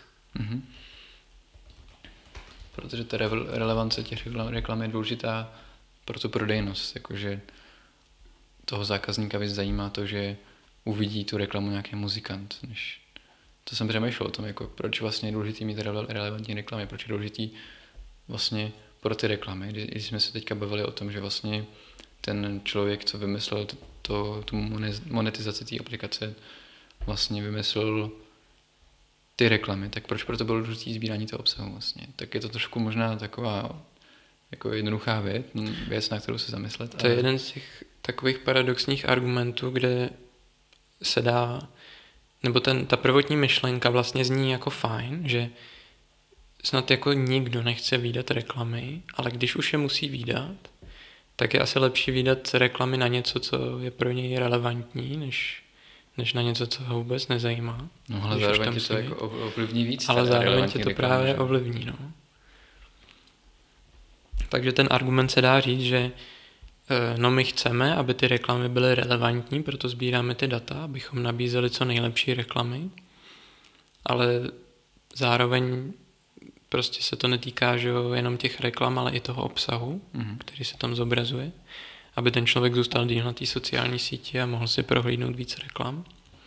Protože ta relevance těch reklam je důležitá pro tu prodejnost, jakože toho zákazníka víc zajímá to, že uvidí tu reklamu nějaký muzikant, než to jsem přemýšlel o tom, jako proč vlastně je důležitý mít relevantní reklamy, proč je důležitý vlastně pro ty reklamy, když jsme se teďka bavili o tom, že vlastně ten člověk, co vymyslel tu monetizaci té aplikace, vlastně vymyslel ty reklamy, tak proč proto bylo důležité sbírání toho obsahu vlastně? Tak je to trošku možná taková jako jednoduchá věc, na kterou se zamyslet. To je jeden z těch takových paradoxních argumentů, kde se dá, nebo ta prvotní myšlenka vlastně zní jako fajn, že snad jako nikdo nechce vídat reklamy, ale když už je musí vídat, tak je asi lepší vídat reklamy na něco, co je pro něj relevantní, než na něco, co ho vůbec nezajímá. No ale zároveň ti to jako ovlivní víc. Ale zároveň ti to právě ovlivní, no. Takže ten argument se dá říct, že no my chceme, aby ty reklamy byly relevantní, proto sbíráme ty data, abychom nabízeli co nejlepší reklamy, ale zároveň prostě se to netýká, že jo, jenom těch reklam, ale i toho obsahu, který se tam zobrazuje, aby ten člověk zůstal díl na té sociální síti a mohl si prohlídnout víc reklam.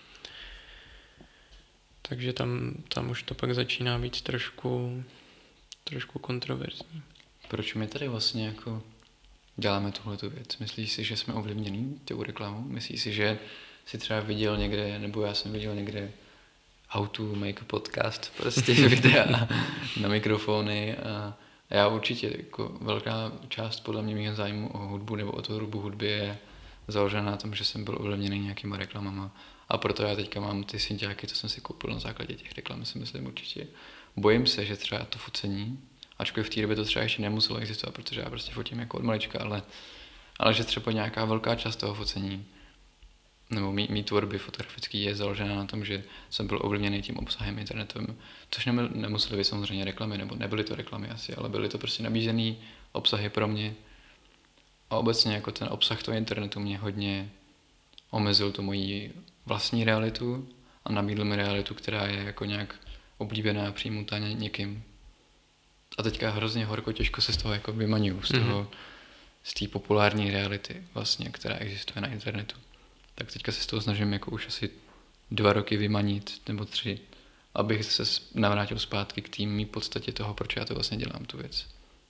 Takže tam už to pak začíná být trošku kontroverzní. Proč my tady vlastně jako děláme tuhletu věc? Myslíš si, že jsme ovlivnění tou reklamou? Myslíš si, že jsi třeba viděl někde, nebo já jsem viděl někde how to make a podcast, prostě videa na mikrofony a já určitě, jako velká část podle mě mých zájmu o hudbu nebo o tvorbu hudby je založena na tom, že jsem byl ovlivněný nějakýma reklamama a proto já teďka mám ty synťáky, co jsem si koupil na základě těch reklam, si myslím určitě. Bojím se, že třeba to focení, ačkoliv v té době to třeba ještě nemuselo existovat, protože já prostě fotím jako od malička, ale že třeba nějaká velká část toho focení nebo mý tvorby fotografický je založena na tom, že jsem byl ovlivněný tím obsahem internetovým, což nemusely být samozřejmě reklamy, nebo nebyly to reklamy asi, ale byly to prostě nabízený obsahy pro mě. A obecně jako ten obsah toho internetu mě hodně omezil tu moji vlastní realitu a nabídl mi realitu, která je jako nějak oblíbená a přijmutá někým. A teďka hrozně horko těžko se z toho jako vymaňuju, z té populární reality vlastně, která existuje na internetu. Tak teďka se z toho snažím jako už asi 2 roky vymanit, nebo 3, abych se navrátil zpátky k tým podstatě toho, proč já to vlastně dělám, tu věc.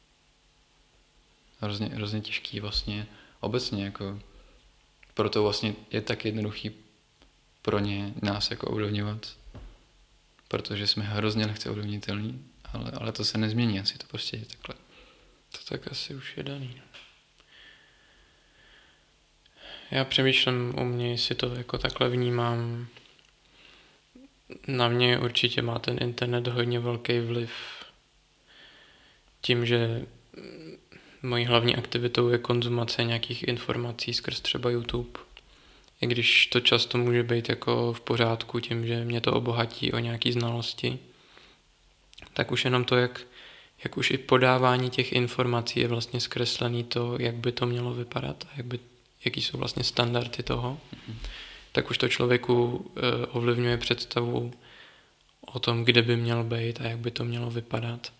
Hrozně těžký vlastně obecně, jako proto vlastně je tak jednoduchý pro nás jako ovlivňovat, protože jsme hrozně lehce ovlivnitelní, ale to se nezmění, asi to prostě je takhle. To tak asi už je daný. Já přemýšlím o mě, jestli to jako takhle vnímám. Na mě určitě má ten internet hodně velký vliv tím, že mojí hlavní aktivitou je konzumace nějakých informací skrz třeba YouTube. I když to často může být jako v pořádku tím, že mě to obohatí o nějaké znalosti, tak už jenom to, jak už i podávání těch informací je vlastně zkreslený to, jak by to mělo vypadat a jaký jsou vlastně standardy toho, tak už to člověku ovlivňuje představu o tom, kde by měl být a jak by to mělo vypadat.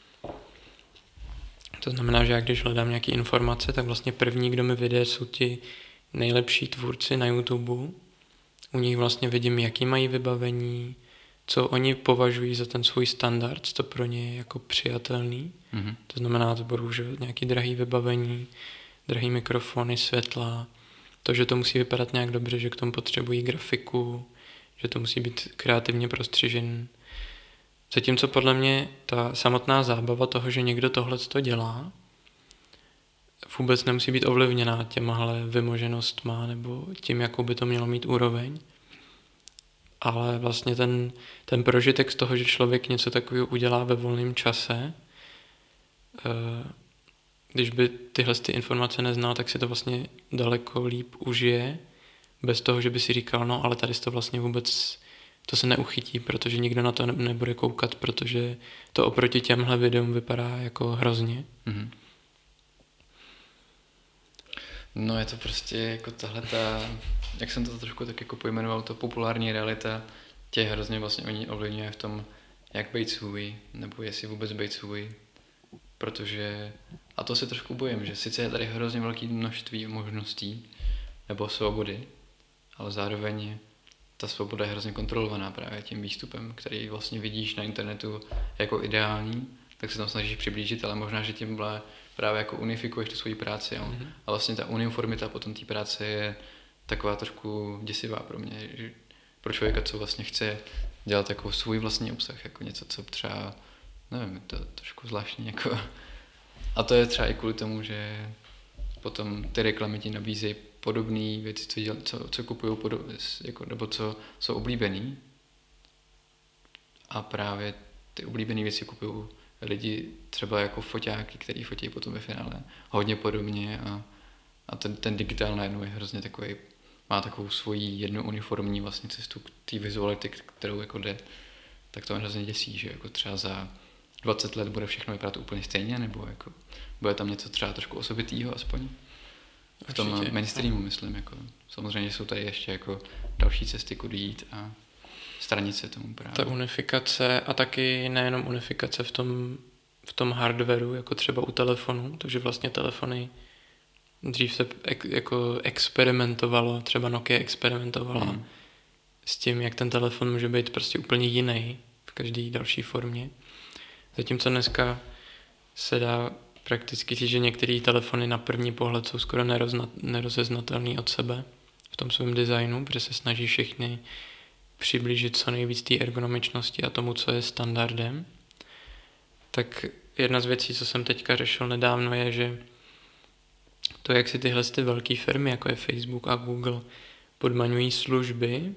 To znamená, že já když hledám nějaké informace, tak vlastně první, kdo mi vyjde, jsou ti nejlepší tvůrci na YouTube. U nich vlastně vidím, jaký mají vybavení, co oni považují za ten svůj standard, co pro ně je jako přijatelný. Mm-hmm. To znamená, to budou nějaký drahý vybavení, drahý mikrofony, světla, to, že to musí vypadat nějak dobře, že k tomu potřebují grafiku, že to musí být kreativně prostřižen. Zatímco podle mě ta samotná zábava toho, že někdo tohleto dělá, vůbec nemusí být ovlivněná těmahle vymoženostma nebo tím, jakou by to mělo mít úroveň. Ale vlastně ten prožitek z toho, že člověk něco takového udělá ve volném čase, když by tyhle ty informace neznal, tak si to vlastně daleko líp užije, bez toho, že by si říkal, no ale tady to vlastně vůbec, to se neuchytí, protože nikdo na to nebude koukat, protože to oproti těmhle videům vypadá jako hrozně. Mm-hmm. No je to prostě jako tahleta, jak jsem to trošku tak jako pojmenoval, to populární realita tě hrozně vlastně oni ovlivňuje v tom, jak být svůj, nebo jestli vůbec být svůj, protože, a to se trošku bojím, že sice je tady hrozně velké množství možností nebo svobody, ale zároveň ta svoboda je hrozně kontrolovaná právě tím výstupem, který vlastně vidíš na internetu jako ideální, tak se tam snažíš přiblížit, ale možná, že tím právě jako unifikuješ tu svoji práci. Jo? Mm-hmm. A vlastně ta uniformita potom té práce je taková trošku děsivá pro mě, že pro člověka, co vlastně chce dělat jako svůj vlastní obsah, jako něco, co třeba, nevím, to je trošku zvláštní. Jako. A to je třeba i kvůli tomu, že potom ty reklamy ti nabízejí podobné věci, co kupují, jako, nebo co jsou oblíbený. A právě ty oblíbené věci kupují lidi třeba jako foťáky, který fotí potom ve finále hodně podobně a ten digitál najednou je hrozně takový, má takovou svoji jednu uniformní vlastně cestu k té vizuality, kterou jako jde, tak to hrozně děsí, že jako třeba za 20 let bude všechno vypadat úplně stejně, nebo jako bude tam něco třeba trošku osobitýho aspoň. V tom určitě, mainstreamu myslím, jako samozřejmě jsou tady ještě jako další cesty, kudy jít a stranit se tomu právě. Ta unifikace a taky nejenom unifikace v tom hardwareu, jako třeba u telefonu, takže vlastně telefony dřív se jako experimentovalo, třeba Nokia experimentovala s tím, jak ten telefon může být prostě úplně jiný v každé další formě. Zatímco dneska se dá prakticky říct, že některé telefony na první pohled jsou skoro nerozeznatelný od sebe v tom svém designu, protože se snaží všechny přiblížit co nejvíc té ergonomičnosti a tomu, co je standardem. Tak jedna z věcí, co jsem teďka řešil nedávno, je, že to, jak si tyhle ty velké firmy, jako je Facebook a Google, podmaňují služby,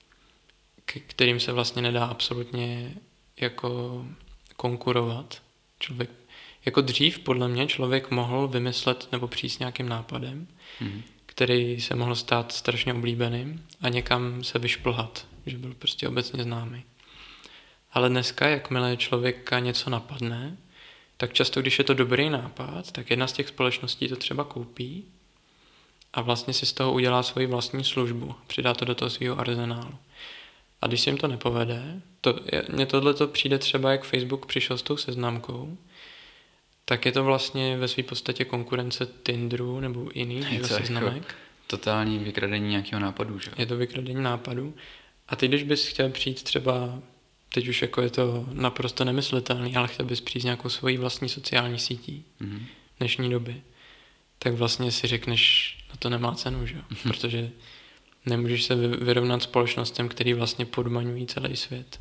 kterým se vlastně nedá absolutně jako konkurovat. Člověk, jako dřív, podle mě, člověk mohl vymyslet nebo přijít s nějakým nápadem, který se mohl stát strašně oblíbeným a někam se vyšplhat, že byl prostě obecně známý. Ale dneska, jakmile člověka něco napadne, tak často, když je to dobrý nápad, tak jedna z těch společností to třeba koupí a vlastně si z toho udělá svoji vlastní službu, přidá to do toho svého arzenálu. A když se jim to nepovede, mně tohleto přijde třeba, jak Facebook přišel s tou seznamkou, tak je to vlastně ve své podstatě konkurence Tinderu nebo jiných seznamek. Jako totální vykradení nějakého nápadu, že? Je to vykradení nápadu. A ty, když bys chtěl přijít třeba, teď už jako je to naprosto nemyslitelný, ale chtěl bys přijít s nějakou svojí vlastní sociální sítí dnešní doby, tak vlastně si řekneš, no to nemá cenu, že? Protože nemůžeš se vyrovnat společnostem, který vlastně podmaňují celý svět.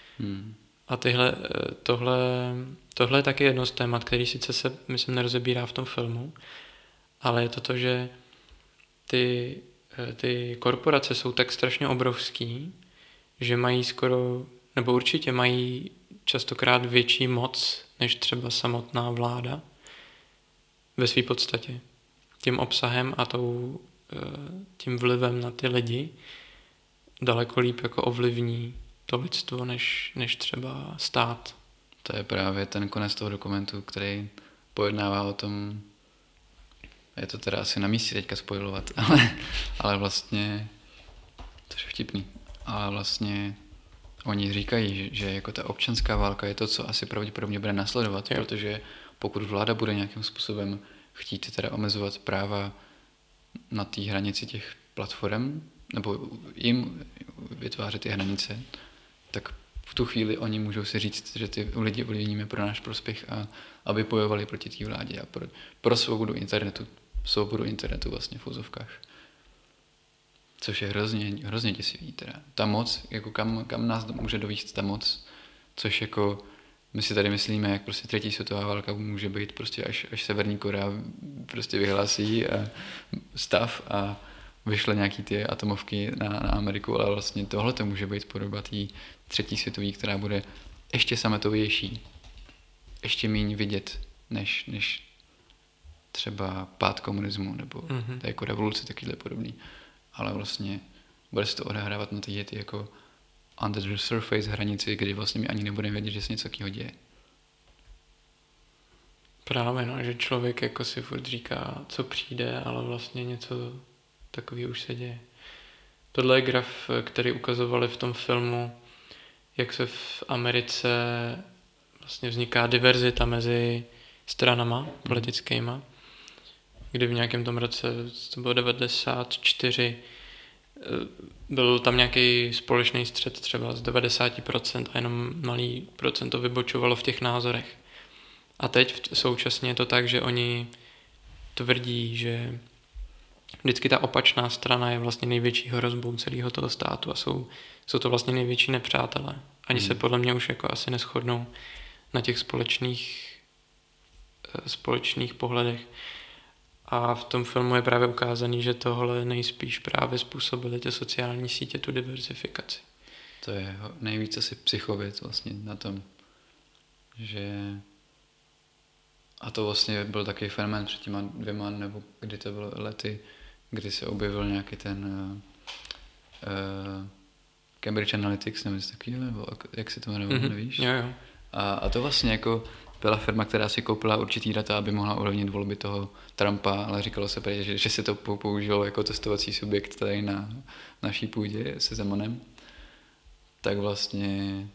A tohle je taky jedno z témat, který sice se, myslím, nerozebírá v tom filmu, ale je to, že ty korporace jsou tak strašně obrovský, že mají skoro, nebo určitě mají častokrát větší moc, než třeba samotná vláda. ve své podstatě. Tím obsahem a tím vlivem na ty lidi daleko líp jako ovlivní to lidstvo, než třeba stát. To je právě ten konec toho dokumentu, který pojednává o tom, je to teda asi na místě teďka spoilovat, ale vlastně, to je vtipný, ale vlastně oni říkají, že jako ta občanská válka je to, co asi pravděpodobně bude následovat, protože pokud vláda bude nějakým způsobem chtít teda omezovat práva na té hranici těch platform, nebo jim vytvářet ty hranice, tak v tu chvíli oni můžou si říct, že ty lidi ovlivníme pro náš prospěch a aby bojovali proti té vládě a pro svobodu internetu vlastně v úzovkách. Což je hrozně děsivý teda. Ta moc, jako kam nás může dovést ta moc, což jako my si tady myslíme, jak prostě třetí světová válka může být prostě až Severní Korea prostě vyhlásí stav a vyšle nějaký ty atomovky na Ameriku, ale vlastně tohle to může být podoba té třetí světové, která bude ještě sametovější, ještě méně vidět, než třeba pád komunismu, nebo jako revoluce, takovýhle podobný. Ale vlastně bude se to odehrávat na ty jako under the surface hranici, kdy vlastně my ani nebudeme vědět, že se něco takového děje. Právě, no, že člověk jako si furt říká, co přijde, ale vlastně něco takový už se děje. Tohle je graf, který ukazovali v tom filmu, jak se v Americe vlastně vzniká diverzita mezi stranama politickýma, kdy v nějakém tom roce, to bylo 94, byl tam nějaký společný střet třeba z 90% a jenom malý procento vybočovalo v těch názorech. A teď současně je to tak, že oni tvrdí, že vždycky ta opačná strana je vlastně největší hrozbou celého toho státu a jsou to vlastně největší nepřátelé. Ani se podle mě už jako asi neshodnou na těch společných pohledech. A v tom filmu je právě ukázaný, že tohle nejspíš právě způsobily ty sociální sítě, tu diverzifikaci. To je nejvíc asi psychověc vlastně na tom, že a to vlastně byl takový fenomén před těma 2, nebo kdy to bylo lety, kdy se objevil nějaký ten Cambridge Analytics, nebo něco takového, nebo jak se to jmenovalo, nevíš? Jo. A to vlastně jako byla firma, která si koupila určitý data, aby mohla ovlivnit volby toho Trumpa, ale říkalo se prý, že se to použilo jako testovací subjekt tady na naší půdě se Zemanem. Tak vlastně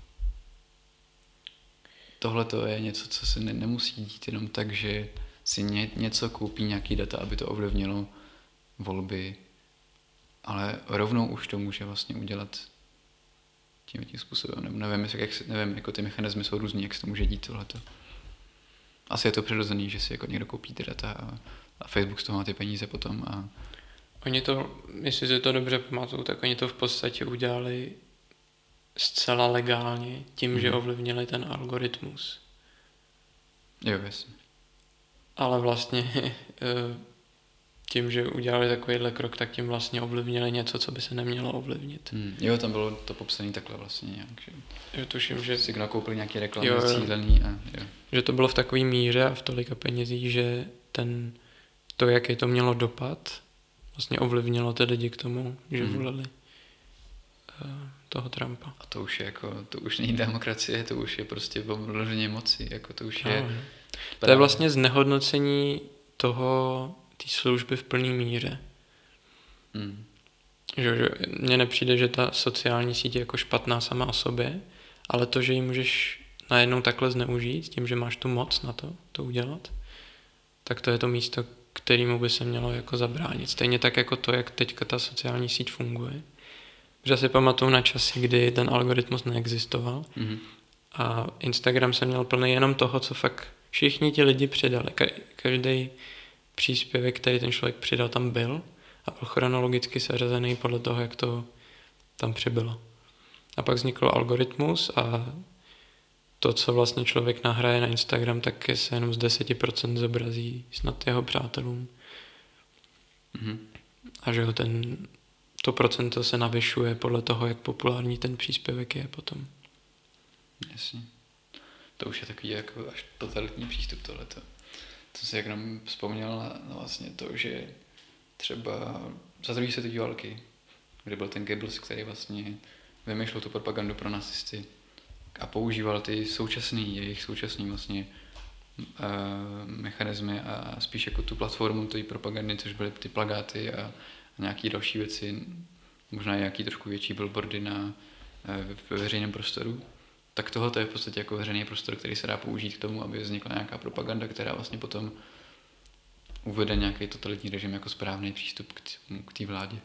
tohle to je něco, co se nemusí dít jenom tak, že si něco koupí, nějaký data, aby to ovlivnilo volby, ale rovnou už to může vlastně udělat tím způsobem. Nevím, jako ty mechanismy jsou různý, jak se to může dít tohleto. Asi je to přirozený, že si jako někdo koupí ty data a Facebook z toho má ty peníze potom. A oni to, jestli si to dobře pamatuju, tak oni to v podstatě udělali zcela legálně tím, že ovlivnili ten algoritmus. Jo, jasně. Ale vlastně tím, že udělali takovýhle krok, tak tím vlastně ovlivnili něco, co by se nemělo ovlivnit. Jo, tam bylo to popsané takhle vlastně nějak, že jo, tuším, že si nakoupili nějaký reklamy cílený a jo. Že to bylo v takové míře a v tolika penězích, že to, jaký to mělo dopad, vlastně ovlivnilo ty lidi k tomu, že volili toho Trumpa. A to už je jako, to už není demokracie, to už je prostě vložení moci, jako to už je... To je vlastně znehodnocení té služby v plný míře. Že mně nepřijde, že ta sociální síť je jako špatná sama o sobě, ale to, že ji můžeš najednou takhle zneužít, tím, že máš tu moc na to udělat, tak to je to místo, kterému by se mělo jako zabránit. Stejně tak jako to, jak teďka ta sociální síť funguje. Že si pamatuju na časy, kdy ten algoritmus neexistoval a Instagram se měl plný jenom toho, co fakt všichni ti lidi přidali. Každý příspěvek, který ten člověk přidal, tam byl a byl chronologicky seřazený podle toho, jak to tam přibylo. A pak vznikl algoritmus a to, co vlastně člověk nahraje na Instagram, tak se jenom z 10% zobrazí snad jeho přátelům. A že to procento se navyšuje podle toho, jak populární ten příspěvek je potom. Jasně. To už je takový jako až totalitní přístup tohleto. To si jak nám vzpomněl na vlastně to, že třeba za druhé světové války, kde byl ten Goebbels, který vlastně vymýšlel tu propagandu pro nacisty a používal ty jejich současný vlastně mechanismy a spíš jako tu platformu té propagandy, což byly ty plakáty a nějaké další věci, možná nějaký trošku větší billboardy ve veřejném prostoru, tak tohle je v podstatě jako veřejný prostor, který se dá použít k tomu, aby vznikla nějaká propaganda, která vlastně potom uvede nějaký totalitní režim jako správný přístup k té vládě.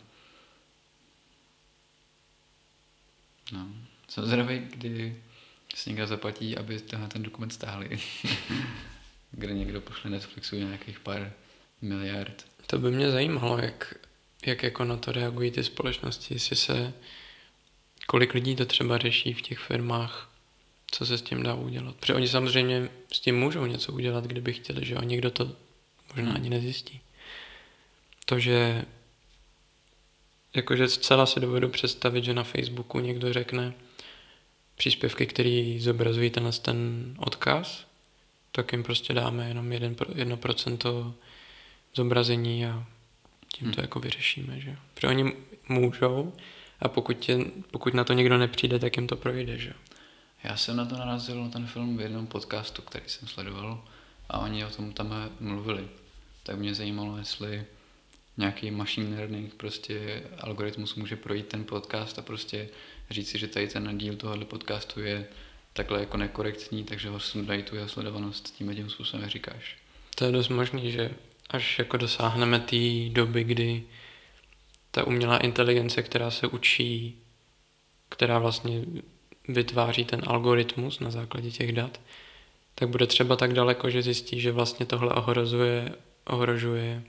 No. Jsem zvědavý, kdy si někdo zaplatí, aby ten dokument stáhli. Kde někdo pošle Netflixu nějakých pár miliard. To by mě zajímalo, jak jako na to reagují ty společnosti, kolik lidí to třeba řeší v těch firmách, co se s tím dá udělat. Protože oni samozřejmě s tím můžou něco udělat, kdyby chtěli, že jo, někdo to možná ani nezjistí. To, že jakože zcela si dovedu představit, že na Facebooku někdo řekne příspěvky, které zobrazují ten odkaz, tak jim prostě dáme jenom 1% zobrazení a tím to jako vyřešíme, že jo. Protože oni můžou a pokud na to někdo nepřijde, tak jim to projde, že jo. Já jsem na to narazil na ten film v jednom podcastu, který jsem sledoval a oni o tom tam mluvili. Tak mě zajímalo, jestli nějaký machine learning prostě algoritmus může projít ten podcast a prostě říct si, že tady ten díl tohohle podcastu je takhle jako nekorektní, takže ho dají tu jeho sledovanost tím způsobem, jak říkáš. To je dost možný, že až jako dosáhneme té doby, kdy ta umělá inteligence, která se učí, která vlastně vytváří ten algoritmus na základě těch dat, tak bude třeba tak daleko, že zjistí, že vlastně tohle ohrožuje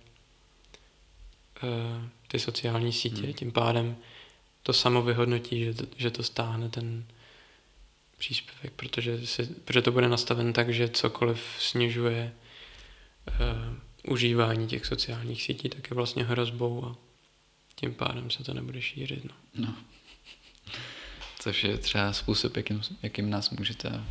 ty sociální sítě. Tím pádem to samo vyhodnotí, že to stáhne ten příspěvek, protože to bude nastaven tak, že cokoliv snižuje užívání těch sociálních sítí, tak je vlastně hrozbou a tím pádem se to nebude šířit. No. Což je třeba způsob, jakým nás můžete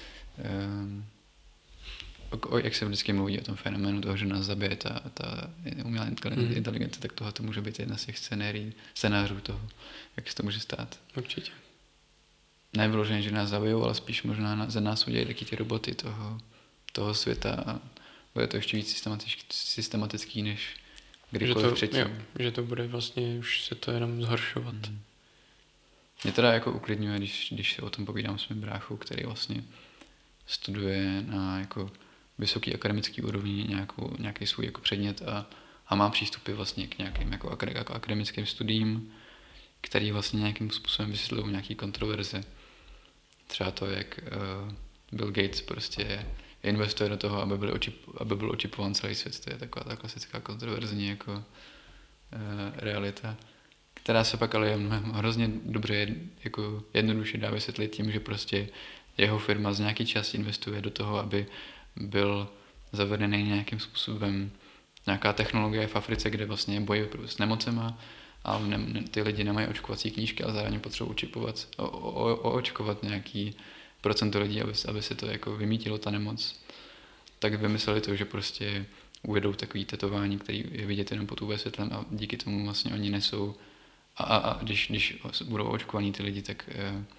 jak se vždycky mluví o tom fenoménu toho, že nás zabije ta umělá inteligence, tak tohle to může být jedna z těch scénářů toho, jak se to může stát. Určitě. Nevyloženě, že nás zabijou, ale spíš možná za nás udělají taky ty roboty toho světa a bude to ještě víc systematický než kdykoliv předtím. Jo, že to bude vlastně už se to jenom zhoršovat. Mě teda jako uklidňuje, když se o tom povídám s mým bráchou, který vlastně studuje na jako vysoký akademický úrovni nějaký svůj jako předmět a má přístupy vlastně k nějakým jako akademickým studiím, který vlastně nějakým způsobem vysvětlují nějaký kontroverze. Třeba to, jak Bill Gates prostě investuje do toho, aby byl očipován celý svět. To je taková ta klasická kontroverzní jako realita, která se pak ale hrozně dobře jako jednoduše dá vysvětlit tím, že prostě jeho firma z nějaký čas investuje do toho, aby byl zavedený nějakým způsobem nějaká technologie v Africe, kde vlastně bojí s nemocema, ale ty lidi nemají očkovací knížky a zároveň potřebují očkovat nějaký procento lidí, aby se to jako vymítilo ta nemoc. Tak vymysleli to, že prostě uvedou takový tetování, který je vidět jenom pod UV světlem a díky tomu vlastně oni nesou a když budou očkovaní ty lidi, tak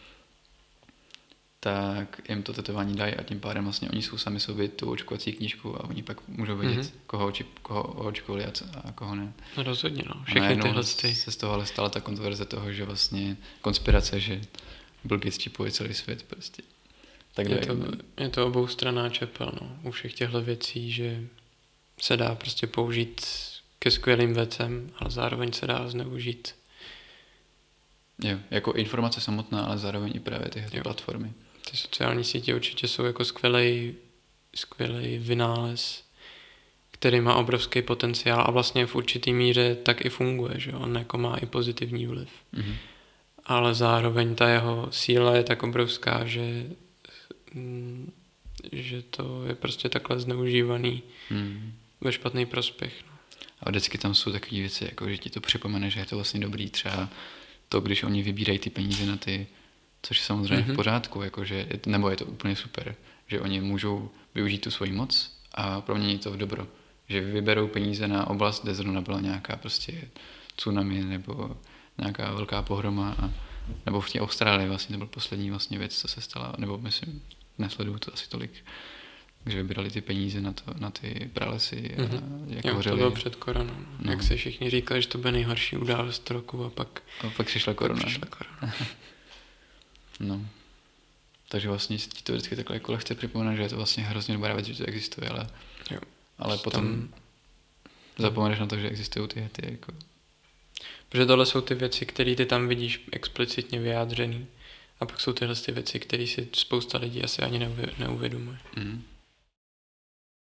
jim to tetování dají a tím pádem vlastně oni jsou sami sobě tu očkovací knížku a oni pak můžou vědět, koho očkovali a koho ne. No rozhodně, no. Všechny tyhle se z toho ale stala ta kontroverze toho, že vlastně konspirace, že Bill Gates čipuje celý svět prostě. Tak je to oboustranná čepel, no. U všech těchto věcí, že se dá prostě použít ke skvělým věcem, ale zároveň se dá zneužít. Jo, jako informace samotná, ale zároveň i právě ty platformy. Ty sociální sítě určitě jsou jako skvělej vynález, který má obrovský potenciál a vlastně v určitý míře tak i funguje, že on jako má i pozitivní vliv. Mm-hmm. Ale zároveň ta jeho síla je tak obrovská, že to je prostě takhle zneužívaný ve špatný prospěch. No. A vždycky tam jsou takové věci, jako že ti to připomene, že je to vlastně dobrý, třeba to, když oni vybírají ty peníze na ty, což je samozřejmě v pořádku, jakože, nebo je to úplně super, že oni můžou využít tu svoji moc a promění to v dobro. Že vyberou peníze na oblast, kde zrovna byla nějaká prostě tsunami nebo nějaká velká pohroma nebo v té Austrálii vlastně to byl poslední vlastně věc, co se stala, nebo myslím, nesleduju to asi tolik, že vybírali ty peníze na ty pralesy a jak hořeli. To bylo před koronou. No. Jak se všichni říkali, že to byl nejhorší událost roku a pak přišla korona. No. Takže vlastně ti to vždycky takhle jako lehce připomíná, že je to vlastně hrozně dobrá věc, že to existuje, ale potom zapomeneš na to, že existují ty jako... Protože tohle jsou ty věci, které ty tam vidíš explicitně vyjádřený. A pak jsou tyhle ty věci, které si spousta lidí asi ani neuvědomuje.